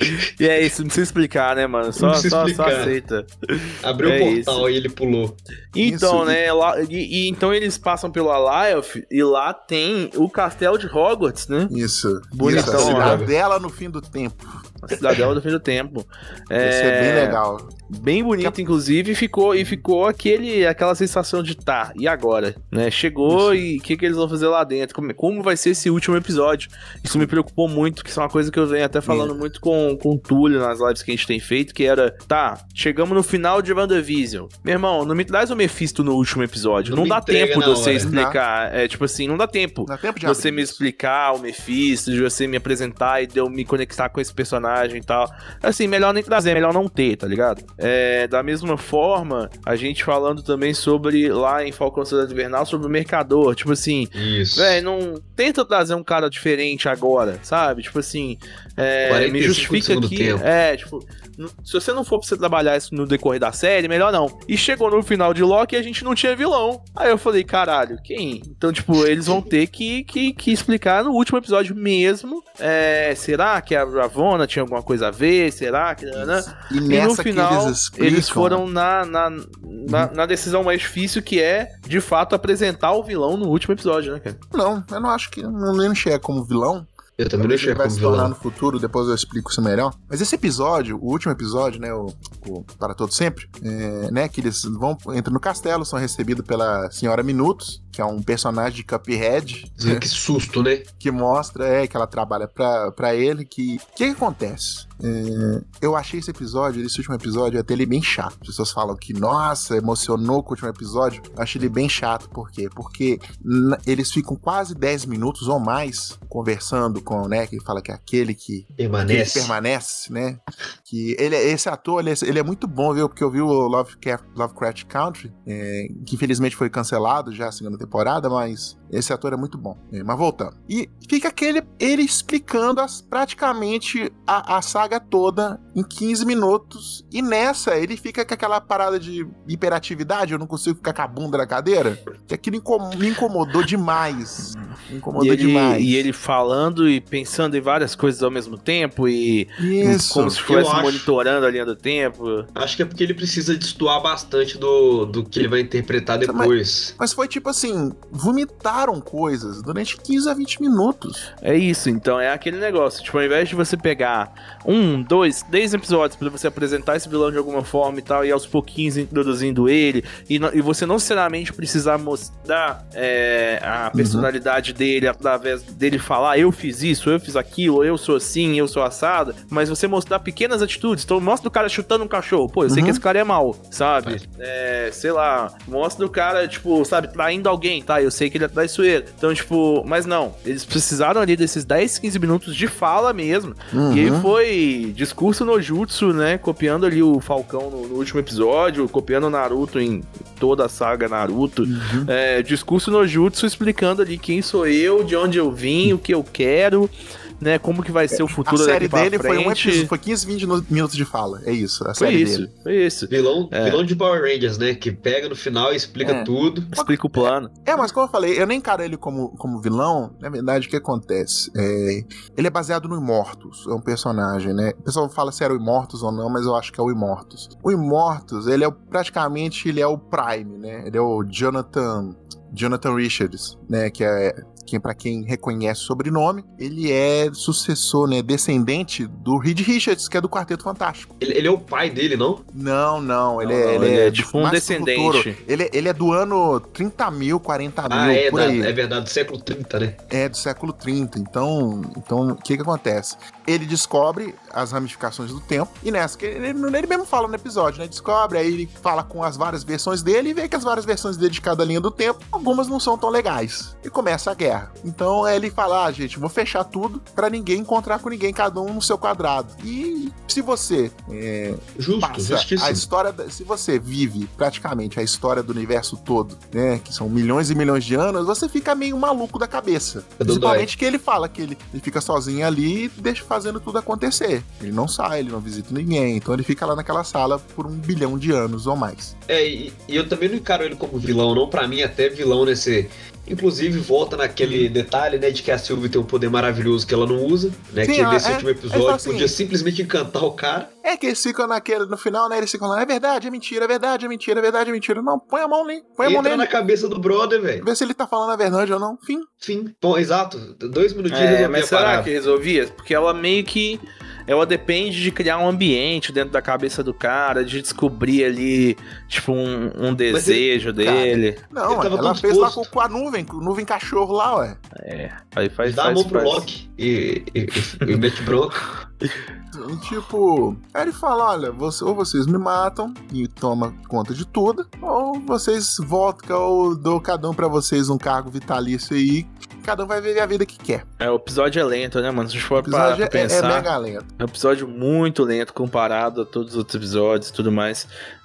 E é isso, não precisa explicar, né, mano? Só, só, só aceita. Abriu é o portal isso. E ele pulou. Então, isso. né, lá, e, e então eles passam pelo Alioth e lá tem o castelo de Hogwarts, né? Isso. Bonitão. Isso, a cidadela no fim do tempo. A cidadela do fim do tempo. É... Isso é bem legal. Bem bonito, que... inclusive, e ficou, e ficou aquele, aquela sensação de tá, e agora? Né? Chegou isso. E o que, que eles vão fazer lá dentro? Como, como vai ser esse último episódio? Isso me preocupou muito, que isso é uma coisa que eu venho até falando é. muito com, com o Túlio nas lives que a gente tem feito, que era, tá, chegamos no final de WandaVision. Meu irmão, não me traz o Mephisto no último episódio. Não, não dá tempo de você hora. explicar. Não. É tipo assim, não dá tempo. Dá tempo de você me isso. explicar o Mephisto, de você me apresentar e de eu me conectar com esse personagem e tal. Assim, melhor nem trazer, melhor não ter, tá ligado? É, da mesma forma, a gente falando também sobre, lá em Falcão Soldado Invernal, sobre o Mercador, tipo assim, velho, não tenta trazer um cara diferente agora, sabe? Tipo assim, é, me justifica aqui, tempo. é, tipo, se você não for pra você trabalhar isso no decorrer da série, melhor não. E chegou no final de Loki e a gente não tinha vilão. Aí eu falei, caralho, quem? Então, tipo, eles vão ter que, que, que explicar no último episódio mesmo, é, será que a Ravonna tinha alguma coisa a ver? Será que... Né? E, e no final, eles, explicam, eles foram na, na, na, na decisão mais difícil, que é, de fato, apresentar o vilão no último episódio, né, cara? Não, eu não acho que... Não nem enxerga como vilão. Eu também não enxergo como vilão. Vai se tornar vilão. no futuro, depois eu explico isso melhor. Mas esse episódio, o último episódio, né, o, o Para Todo Sempre, é, né, que eles vão, entram no castelo, são recebidos pela Senhora Minutos, que é um personagem de Cuphead. Né? Que susto, né? Que mostra, é, que ela trabalha pra, pra ele, que... O que que acontece? É, eu achei esse episódio, esse último episódio, até ele bem chato. As pessoas falam que, nossa, emocionou com o último episódio. Eu achei ele bem chato, por quê? Porque n- eles ficam quase dez minutos ou mais conversando com, né, que ele fala que é aquele que permanece, que permanece, né? Que ele, esse ator, ele é, ele é muito bom, viu? Porque eu vi o Lovecraft, Lovecraft Country, é, que infelizmente foi cancelado já a segunda temporada, mas esse ator é muito bom. É, mas voltando. E fica aquele, ele explicando as, praticamente a, a saga toda em quinze minutos, e nessa ele fica com aquela parada de hiperatividade, eu não consigo ficar com a bunda na cadeira, que aquilo incom- me incomodou demais. Me incomodou e ele, demais. E ele falando e pensando em várias coisas ao mesmo temmo, e Isso. como se estivesse acho, monitorando a linha do tempo. Acho que é porque ele precisa destoar bastante do, do que ele vai interpretar depois. Mas, mas foi tipo assim, vomitaram coisas durante quinze a vinte minutos. É isso, então é aquele negócio, tipo, ao invés de você pegar um, dois, dez episódios pra você apresentar esse vilão de alguma forma e tal, e aos pouquinhos introduzindo ele, e, não, e você não necessariamente precisar mostrar é, a personalidade uhum. dele através dele falar, eu fiz isso, eu fiz aquilo, eu sou assim, eu sou assado, mas você mostrar pequenas atitudes. Então mostra o cara chutando um cachorro, pô, eu sei uhum. que esse cara é mau, sabe? É, sei lá, mostra o cara, tipo, sabe, traindo alguém, tá? Eu sei que ele é traiçoeiro. Então, tipo, mas não, eles precisaram ali desses dez, quinze minutos de fala mesmo, uhum. e aí foi discurso no jutsu, né, copiando ali o Falcão no, no último episódio, copiando o Naruto em toda a saga Naruto, uhum. é, discurso no jutsu explicando ali quem sou eu, de onde eu vim, o que eu quero, né, como que vai ser o futuro daqui pra frente. A série dele foi, um episódio, foi quinze, vinte minutos de fala, é isso, a foi série isso, dele. Foi isso, vilão, é. vilão de Power Rangers, né, que pega no final e explica é. tudo. Explica o plano. É, mas como eu falei, eu nem encaro ele como, como vilão, na verdade, o que acontece? É, ele é baseado no Immortus, é um personagem, né, o pessoal fala se era o Immortus ou não, mas eu acho que é o Immortus. O Immortus, ele é praticamente, ele é o Prime, né, ele é o Jonathan... Jonathan Richards, né, que é quem, para quem reconhece o sobrenome, ele é sucessor, né, descendente do Reed Richards, que é do Quarteto Fantástico. Ele, ele é o pai dele, não? Não, não, ele, não, é, não, ele, ele é, é tipo um descendente. Ele, ele é do ano trinta mil, quarenta mil, ah, é, por da, aí. é verdade, do século trinta, né? É, do século trinta, então, então o que que acontece? Ele descobre as ramificações do tempo, e nessa, que ele, ele mesmo fala no episódio, né, descobre, aí ele fala com as várias versões dele, e vê que as várias versões dele de cada linha do tempo, algumas não são tão legais. E começa a guerra. Então ele fala, ah, gente, vou fechar tudo pra ninguém encontrar com ninguém, cada um no seu quadrado. E se você é, Justo, passa justíssimo. a história, da, se você vive praticamente a história do universo todo, né, que são milhões e milhões de anos, você fica meio maluco da cabeça. É Principalmente que ele fala que ele, ele fica sozinho ali e deixa fazendo tudo acontecer. Ele não sai, ele não visita ninguém, então ele fica lá naquela sala por um bilhão de anos ou mais. É, e, e eu também não encaro ele como vilão, não. Pra mim, até vilão nesse... Inclusive, volta naquele detalhe, né, de que a Sylvie tem um poder maravilhoso que ela não usa, né? Sim, que nesse é, último episódio assim, podia simplesmente encantar o cara. É que eles ficam naquele, no final, né? Eles ficam lá, é verdade, é mentira, é verdade, é mentira, é verdade, é mentira. Não, põe a mão nele, põe a mão nele. Entra na cabeça do brother, velho. Vê se ele tá falando a verdade ou não. Fim. Fim. Bom, exato. Dois minutinhos é, resolvia mas será parada. que resolvia? Porque ela meio que... Ela depende de criar um ambiente dentro da cabeça do cara, de descobrir ali, tipo, um, um desejo ele, dele. Cara, não, ela fez lá com, com a nuvem, com nuvem cachorro lá, ué. É, aí faz... Dá faz, a mão pro faz. Loki e, e, e, e mete bronca. E, tipo, aí ele fala, olha, você, ou vocês me matam e tomam conta de tudo, ou vocês voltam, que eu dou cada um pra vocês um cargo vitalício aí, cada um vai viver a vida que quer. É, o episódio é lento, né, mano? Se a gente for o episódio parar pra é, pensar... é mega lento. É um episódio muito lento comparado a todos os outros episódios e tudo mais.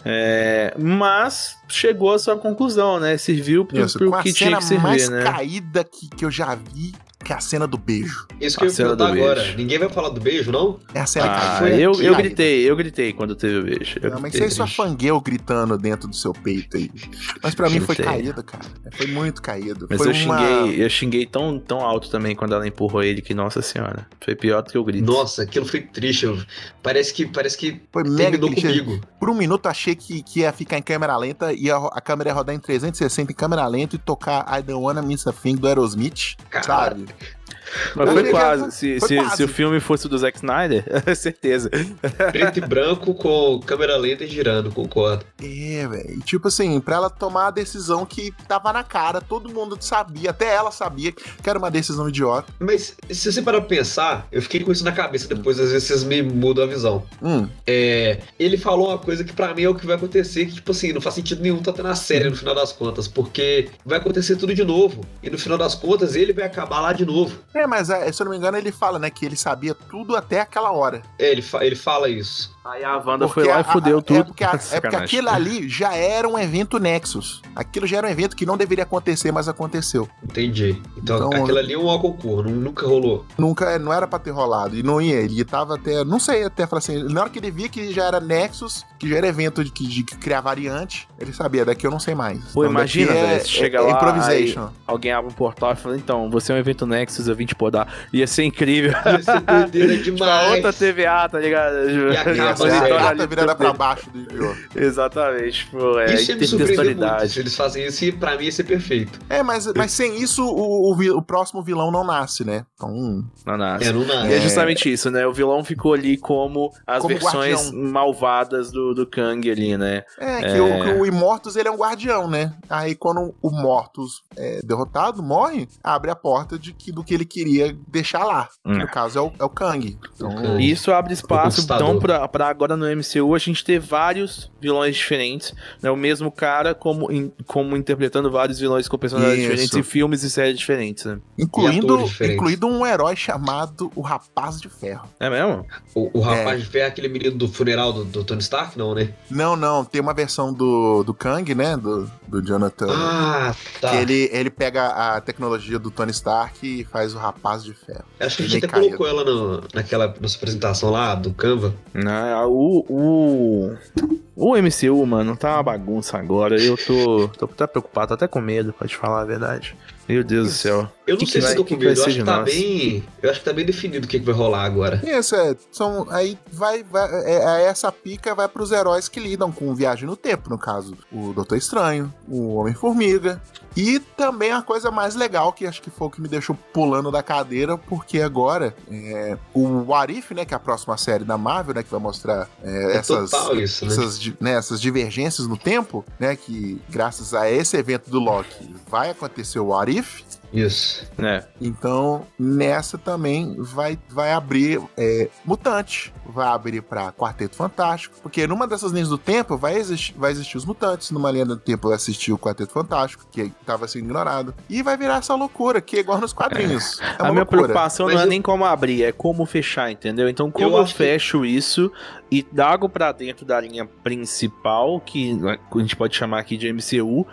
É, mas chegou a sua conclusão, né? Serviu pro, Isso, pro com que a tinha que cena servir, mais né? caída que, que eu já vi, que é a cena do beijo. Isso que A eu ia cena perguntar do agora. beijo. Ninguém vai falar do beijo, não? É a cena Ah, caída. eu, eu caída. gritei, eu gritei quando teve o beijo. Eu Não, mas gritei, isso aí só fangueu gritando dentro do seu peito aí. Mas pra mim foi Gritei. caído, cara. Foi muito caído. Mas foi eu uma... xinguei, eu xinguei tão, tão alto também quando ela empurrou ele que, nossa senhora, foi pior do que o grito. Nossa, aquilo foi triste. Eu- Parece que, parece que Foi mega terminou clichê. comigo. Por um minuto achei que, que ia ficar em câmera lenta e a, a câmera ia rodar em trezentos e sessenta em câmera lenta e tocar I Don't Wanna Miss a Thing do Aerosmith, Cara. sabe? Mas Eu foi achei que quase. era- Se, foi se, quase. se o filme fosse do Zack Snyder, certeza. Preto e branco com câmera lenta e girando, concordo. É, velho. Tipo assim, pra ela tomar a decisão que tava na cara, todo mundo sabia, até ela sabia que era uma decisão idiota. Mas se você parar pra pensar, eu fiquei com isso na cabeça depois, às vezes vocês me mudam a visão. Hum, É, ele falou uma coisa que pra mim é o que vai acontecer, que tipo assim, não faz sentido nenhum tá tendo a série no final das contas, porque vai acontecer tudo de novo, e no final das contas ele vai acabar lá de novo. É, mas é, se eu não me engano, ele fala, né, que ele sabia tudo até aquela hora. É, ele, fa- ele fala isso. Aí a Wanda Porque foi lá a- e fudeu a- tudo. É porque, a- é porque Sacanagem. aquilo ali já era um evento Nexus. Aquilo já era um evento que não deveria acontecer, mas aconteceu. Entendi. Então, Então, aquilo ali é um ao concurso, nunca rolou. Nunca, não era pra ter rolado. E não ia. Ele tava até. Não sei, até falar assim. Na hora que ele via que já era Nexus, que já era evento de, de, de criar variante, ele sabia, daqui eu não sei mais. Pô, Então, imagina, daqui velho, se chega é lá, improvisation. Alguém abre um portal e fala, então, você é um evento Nexus, eu vim te podar. Ia ser incrível. Ia ser doideira Tipo, a demais. outra T V A, tá ligado? E acaba, E a né? Monitora gata ali virada do pra tempo. baixo do idiota. Exatamente, tipo, é Isso ia me surpreender muito. Se intertextualidade. eles fazem isso, e pra mim ia ser perfeito. É, mas, mas sem isso, o, o, vi- o próximo vilão não nasce, né? Então. Não nasce. É, não dá. E é justamente isso, né? O vilão ficou ali como as Como versões guardião. malvadas do, do Kang ali, né? É, que, É. O, que o Immortus ele é um guardião, né? Aí quando o Mortus é derrotado, morre, abre a porta de que, do que ele queria deixar lá. Hum. No caso é o, é o Kang. Então, O Kang. Isso abre espaço, Conquistador. então, pra, pra agora no M C U a gente ter vários vilões diferentes, né? O mesmo cara como, in- como interpretando vários vilões com personagens Isso. diferentes em filmes e séries diferentes, né? incluindo, atores diferentes. incluindo um herói chamado o Rapaz de Ferro. É mesmo? O, o rapaz de ferro é aquele menino do funeral do, do Tony Stark, não, né? Não, não, tem uma versão do, do Kang, né? Do, do Jonathan. Ah, tá. Que ele, ele pega a tecnologia do Tony Stark e faz o Rapaz de Ferro. Acho que a Ele gente até caído. colocou ela no, naquela nossa apresentação lá, do Canva. Não, o, o, o M C U, mano, tá uma bagunça agora. Eu tô, tô até preocupado, tô até com medo, pra te falar a verdade. Meu Deus do céu. Eu não Que sei que se vai- tô que com que vai medo, eu ser acho que de tá nós? bem. Eu acho que tá bem definido o que, que vai rolar agora. Isso, é, são, aí vai, vai é, é, essa pica vai pros heróis que lidam com viagem no tempo, no caso, o Doutor Estranho, o Homem-Formiga, e também a coisa mais legal, que acho que foi o que me deixou pulando da cadeira, porque agora é, o What If, né, que é a próxima série da Marvel, né, que vai mostrar é, É essas, total isso, né? essas, di- né, essas divergências no tempo, né, que graças a esse evento do Loki vai acontecer o What If. Isso. É. Então, nessa também vai, vai abrir é, Mutante, vai abrir pra Quarteto Fantástico, porque numa dessas linhas do tempo vai existir, vai existir os Mutantes, numa linha do tempo vai assistir o Quarteto Fantástico, que estava sendo ignorado, e vai virar essa loucura, que é igual nos quadrinhos. É, a uma minha loucura. preocupação Mas não é eu- nem como abrir, é como fechar, entendeu? Então, como Eu eu, acho que- fecho isso e trago pra dentro da linha principal, que a gente pode chamar aqui de M C U,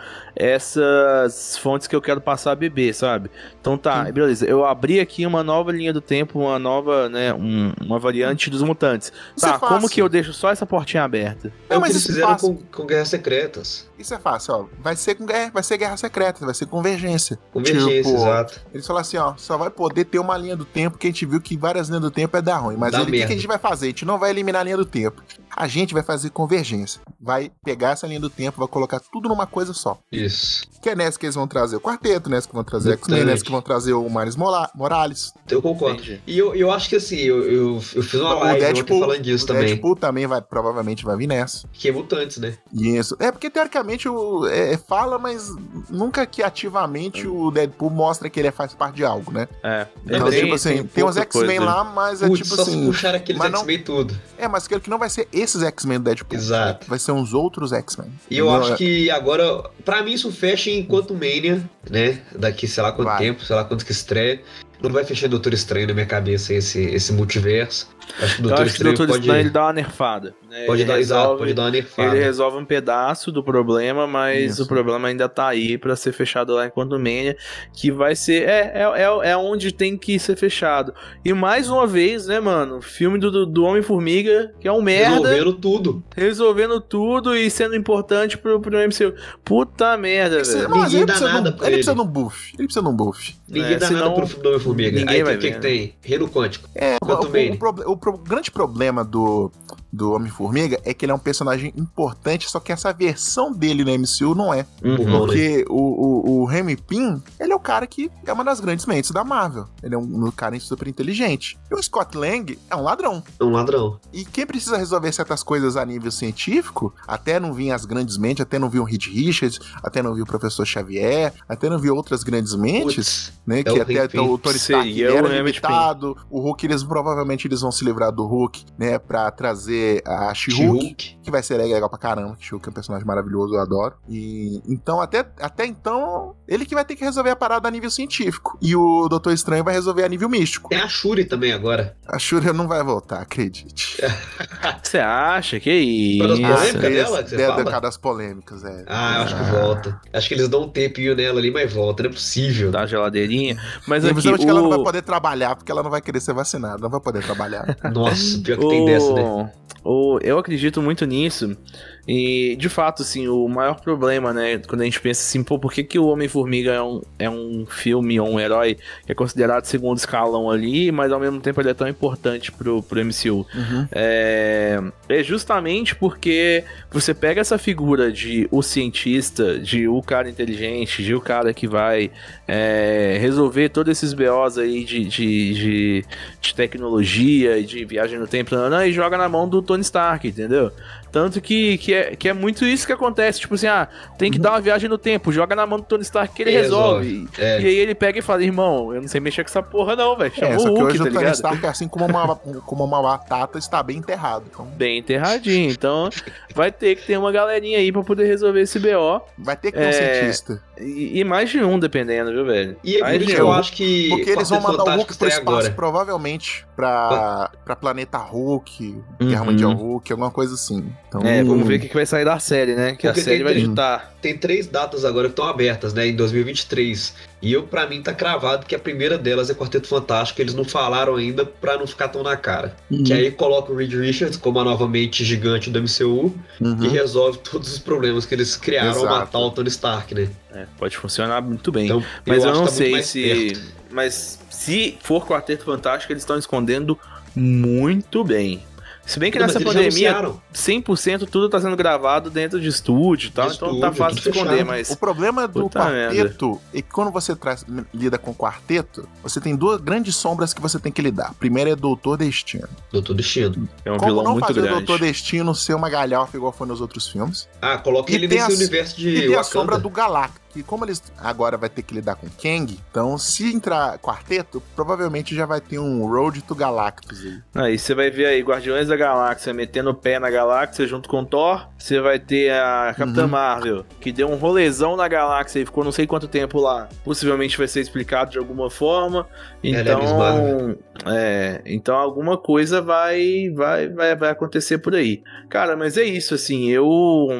essas fontes que eu quero passar a beber, sabe? Então tá, beleza, eu abri aqui uma nova linha do tempo, uma nova, né, um- uma variante dos mutantes. antes. Isso Tá, é fácil. como que eu deixo só essa portinha aberta? É Não, o que mas eles isso é fizeram fácil. com, com Guerras Secretas. Isso é fácil, ó. Vai ser, com, é, vai ser Guerra Secreta, vai ser Convergência. Convergência, Tipo, exato. Eles falaram assim, ó, só vai poder ter uma linha do tempo, que a gente viu que várias linhas do tempo é dar ruim. Mas Dá ele, o que, merda. que a gente vai fazer? A gente não vai eliminar a linha do tempo. A gente vai fazer Convergência. Vai pegar essa linha do tempo, vai colocar tudo numa coisa só. Isso. Que é nessa que eles vão trazer o Quarteto, nessa que vão trazer o X-Men, Mutante. nessa que vão trazer o Miles Mola- Morales. Eu concordo. Entendi. E eu, eu acho que assim, eu, eu, eu fiz uma O live ontem Deadpool, falando disso o também. Deadpool também vai, provavelmente vai vir nessa. Que é mutantes, né? Isso. É porque teoricamente o, é, fala, mas nunca que ativamente o Deadpool mostra que ele faz parte de algo, né? É. Então, tem- tipo assim, tem, uns pouca X-Men coisa. lá, mas é Putz, tipo só se assim. puxar aqueles mas não- X-Men tudo. É, mas aquele que não vai ser esses X-Men do Deadpool. Exato. Vai ser uns outros X-Men. E eu Entendeu? acho que agora, pra mim isso fecha em Quantumania, né? Daqui sei lá quanto Vai. tempo, sei lá quanto que estreia. Não vai fechar Doutor Estranho na minha cabeça esse, esse multiverso. Acho que o Eu Doutor acho que o Estranho Doutor pode, Estranho ele dá uma nerfada. Né? pode Ele dar, exato, resolve- pode dar uma nerfada. Ele resolve um pedaço do problema, mas Isso. o problema ainda tá aí pra ser fechado lá em Quantumania, que vai ser... É, é, é, é onde tem que ser fechado. E mais uma vez, né, mano? Filme do, do, do Homem-Formiga, que é um merda, resolvendo... Resolvendo tudo. tudo e sendo importante pro, pro M C U. Puta merda, Esse- velho. mas Ninguém ele dá precisa nada de um- pra ele ele. precisa de um buff. Ele precisa de um buff. Ninguém É, dá senão nada pro filme do Homem-Formiga. ninguém Aí vai o que, ver, que tem? Reino Quântico. É, o, Quantumania. o, proble- o pro- grande problema do, do Homem-Formiga é que ele é um personagem importante, só que essa versão dele no M C U não é. Uhum. Porque o, o, o Remy Pym, ele é o cara que é uma das grandes mentes da Marvel. Ele é um, um cara super inteligente. E o Scott Lang é um ladrão. É um ladrão. E quem precisa resolver certas coisas a nível científico, até não vir as grandes mentes, até não vir o Reed Richards, até não vir o Professor Xavier, até não vir outras grandes mentes, Putz, né? é que o até Hank então, o Tony Stark Seria ele era o Emmett limitado, o Hulk, eles provavelmente eles vão se livrar do Hulk, né? Pra trazer a She-Hulk, She-Hulk. que vai ser legal pra caramba, que She-Hulk é um personagem maravilhoso, eu adoro. E então, até, até então, ele que vai ter que resolver a parada a nível científico. E o Doutor Estranho vai resolver a nível místico. Tem a Shuri também agora. A Shuri não vai voltar, acredite. Você acha? Que isso? Por das polêmicas Ah, dela que você de- fala? de- cada das polêmicas, é. Ah, eu acho que volta. Acho que eles dão um tempinho nela ali, mas volta. Não é possível. Da geladeirinha. Mas E aqui, principalmente que ela não vai o... poder trabalhar, porque ela não vai querer ser vacinada, não vai poder trabalhar. Nossa, pior que tem dessa, né? O, eu acredito muito nisso. E, de fato, assim, o maior problema, né, quando a gente pensa assim, pô, por que, que o Homem-Formiga é um, é um filme, ou um herói que é considerado segundo escalão ali, mas ao mesmo tempo ele é tão importante pro, pro M C U? Uhum. É, é justamente porque você pega essa figura de o cientista, de o cara inteligente, de o cara que vai é, resolver todos esses B Os aí de, de, de, de tecnologia, de viagem no tempo, não, não, e joga na mão do Tony Stark, entendeu? Tanto que, que, é, que é muito isso que acontece. Tipo assim, ah, tem que dar uma viagem no tempo, joga na mão do Tony Stark que ele Ele resolve. resolve, E, é. e aí ele pega e fala, irmão, eu não sei mexer com essa porra não, velho. É, Chamou só o que Hulk, hoje tá o Tony ligado? Stark, assim como uma, como uma batata, está bem enterrado. Então Bem enterradinho. Então vai ter que ter uma galerinha aí pra poder resolver esse B O. vai ter que ter um É, cientista. E, e mais de um, dependendo, viu, velho? E é por Mais isso de que eu um. acho que. Porque eles vão Quarteto mandar o Fantástico Hulk pro estreia espaço, agora. provavelmente, pra, pra Planeta Hulk, Guerra Uhum. Mundial Hulk, alguma coisa assim. Então, É, vamos ver o que, que vai sair da série, né? Que Porque a série tem- vai tem- ditar. Tem três datas agora que estão abertas, né? Em dois mil e vinte e três. E eu, pra mim, tá cravado que a primeira delas é Quarteto Fantástico. Eles não falaram ainda pra não ficar tão na cara. Uhum. Que aí coloca o Reed Richards como a nova mente gigante do M C U Uhum. e resolve todos os problemas que eles criaram Exato. ao matar o Tony Stark, né? É, pode funcionar muito bem. Então, Mas eu, acho não que tá muito sei mais se. perto. Mas se for Quarteto Fantástico, eles estão escondendo muito bem. Se bem que Não, nessa mas eles já pandemia, anunciaram. cem por cento tudo tá sendo gravado dentro de estúdio e tal, De então estúdio, tá fácil de tudo esconder, fechado. mas. O problema do Puta quarteto é que quando você traz, lida com quarteto, você tem duas grandes sombras que você tem que lidar. A primeira é Doutor Destino. Doutor Destino. É um Como vilão não muito fazer o grande. Doutor Destino ser uma galhofa igual foi nos outros filmes? Ah, coloca E ele tem nesse a- universo de E tem a Wakanda. sombra do Galactus. E como eles agora vai ter que lidar com Kang, então se entrar quarteto, provavelmente já vai ter um Road to Galactus aí. Aí você vai ver aí Guardiões da Galáxia metendo o pé na galáxia junto com Thor. Você vai ter a Capitã Uhum. Marvel, que deu um rolezão na galáxia e ficou não sei quanto tempo lá. Possivelmente vai ser explicado de alguma forma. Ela é Então, Miss Marvel. é, então alguma coisa vai, vai, vai, vai acontecer por aí. Cara, mas é isso, assim, eu...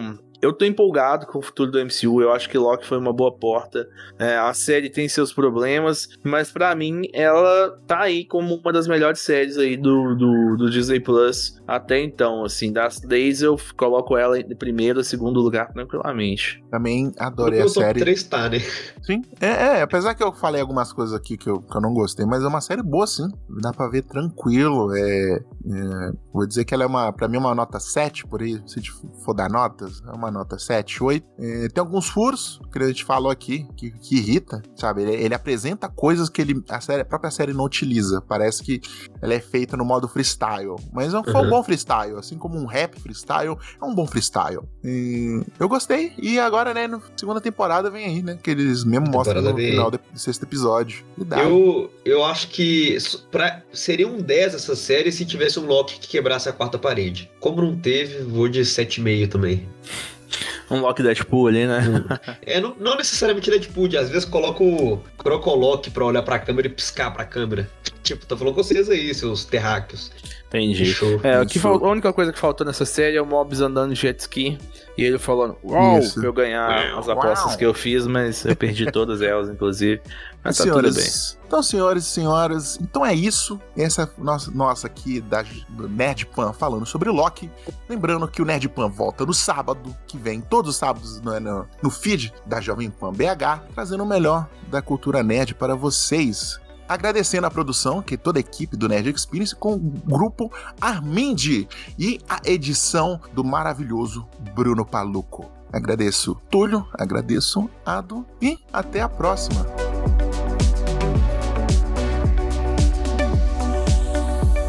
eu tô empolgado com o futuro do M C U, eu acho que Loki foi uma boa porta. É, a série tem seus problemas, mas pra mim ela tá aí como uma das melhores séries aí do, do, do Disney Plus até então, assim, das dez eu coloco ela em primeiro, segundo lugar tranquilamente. Também adorei a série. três tá, né? Sim, é, é, apesar que eu falei algumas coisas aqui que eu, que eu não gostei, mas é uma série boa, sim, dá pra ver tranquilo, é, é, vou dizer que ela é uma, pra mim é uma nota sete, por aí, se for dar notas, é uma nota sete, oito, é, tem alguns furos, que a gente falou aqui, que, que irrita, sabe, ele, ele apresenta coisas que ele, a, série, a própria série não utiliza, parece que ela é feita no modo freestyle, mas não foi uhum. um bom freestyle, assim como um rap freestyle, é um bom freestyle. E eu gostei, e agora, né, na segunda temporada vem aí, né, que eles mesmo mostram no vem. final do sexto episódio. Eu, eu acho que pra, seria um dez essa série se tivesse um Loki que quebrasse a quarta parede. Como não teve, vou de sete vírgula cinco também. Um Loki Deadpool ali, né? É, não, não necessariamente Deadpool, às vezes coloco o Crocolock pra olhar pra câmera e piscar pra câmera. Tipo, tô falando com vocês aí, seus terráqueos. Entendi. Show, é, o que fal... A única coisa que faltou nessa série é o Mobius andando de jet ski e ele falando, uau, Isso. pra eu ganhar uau, as apostas uau. que eu fiz, mas eu perdi todas elas, inclusive. Mas tá senhores, tudo bem. Então, senhores e senhoras, então é isso. Essa é nossa, nossa aqui da, do Nerd Pan falando sobre Loki. Lembrando que o Nerd Pan volta no sábado, que vem todos os sábados no, no, no feed da Jovem Pan B H, trazendo o melhor da cultura nerd para vocês. Agradecendo a produção, que é toda a equipe do Nerd Experience, com o grupo Armindi e a edição do maravilhoso Bruno Paluco. Agradeço Túlio, agradeço Ado e até a próxima.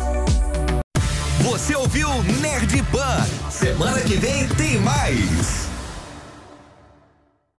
Você ouviu Nerd Pan. Semana que vem tem mais.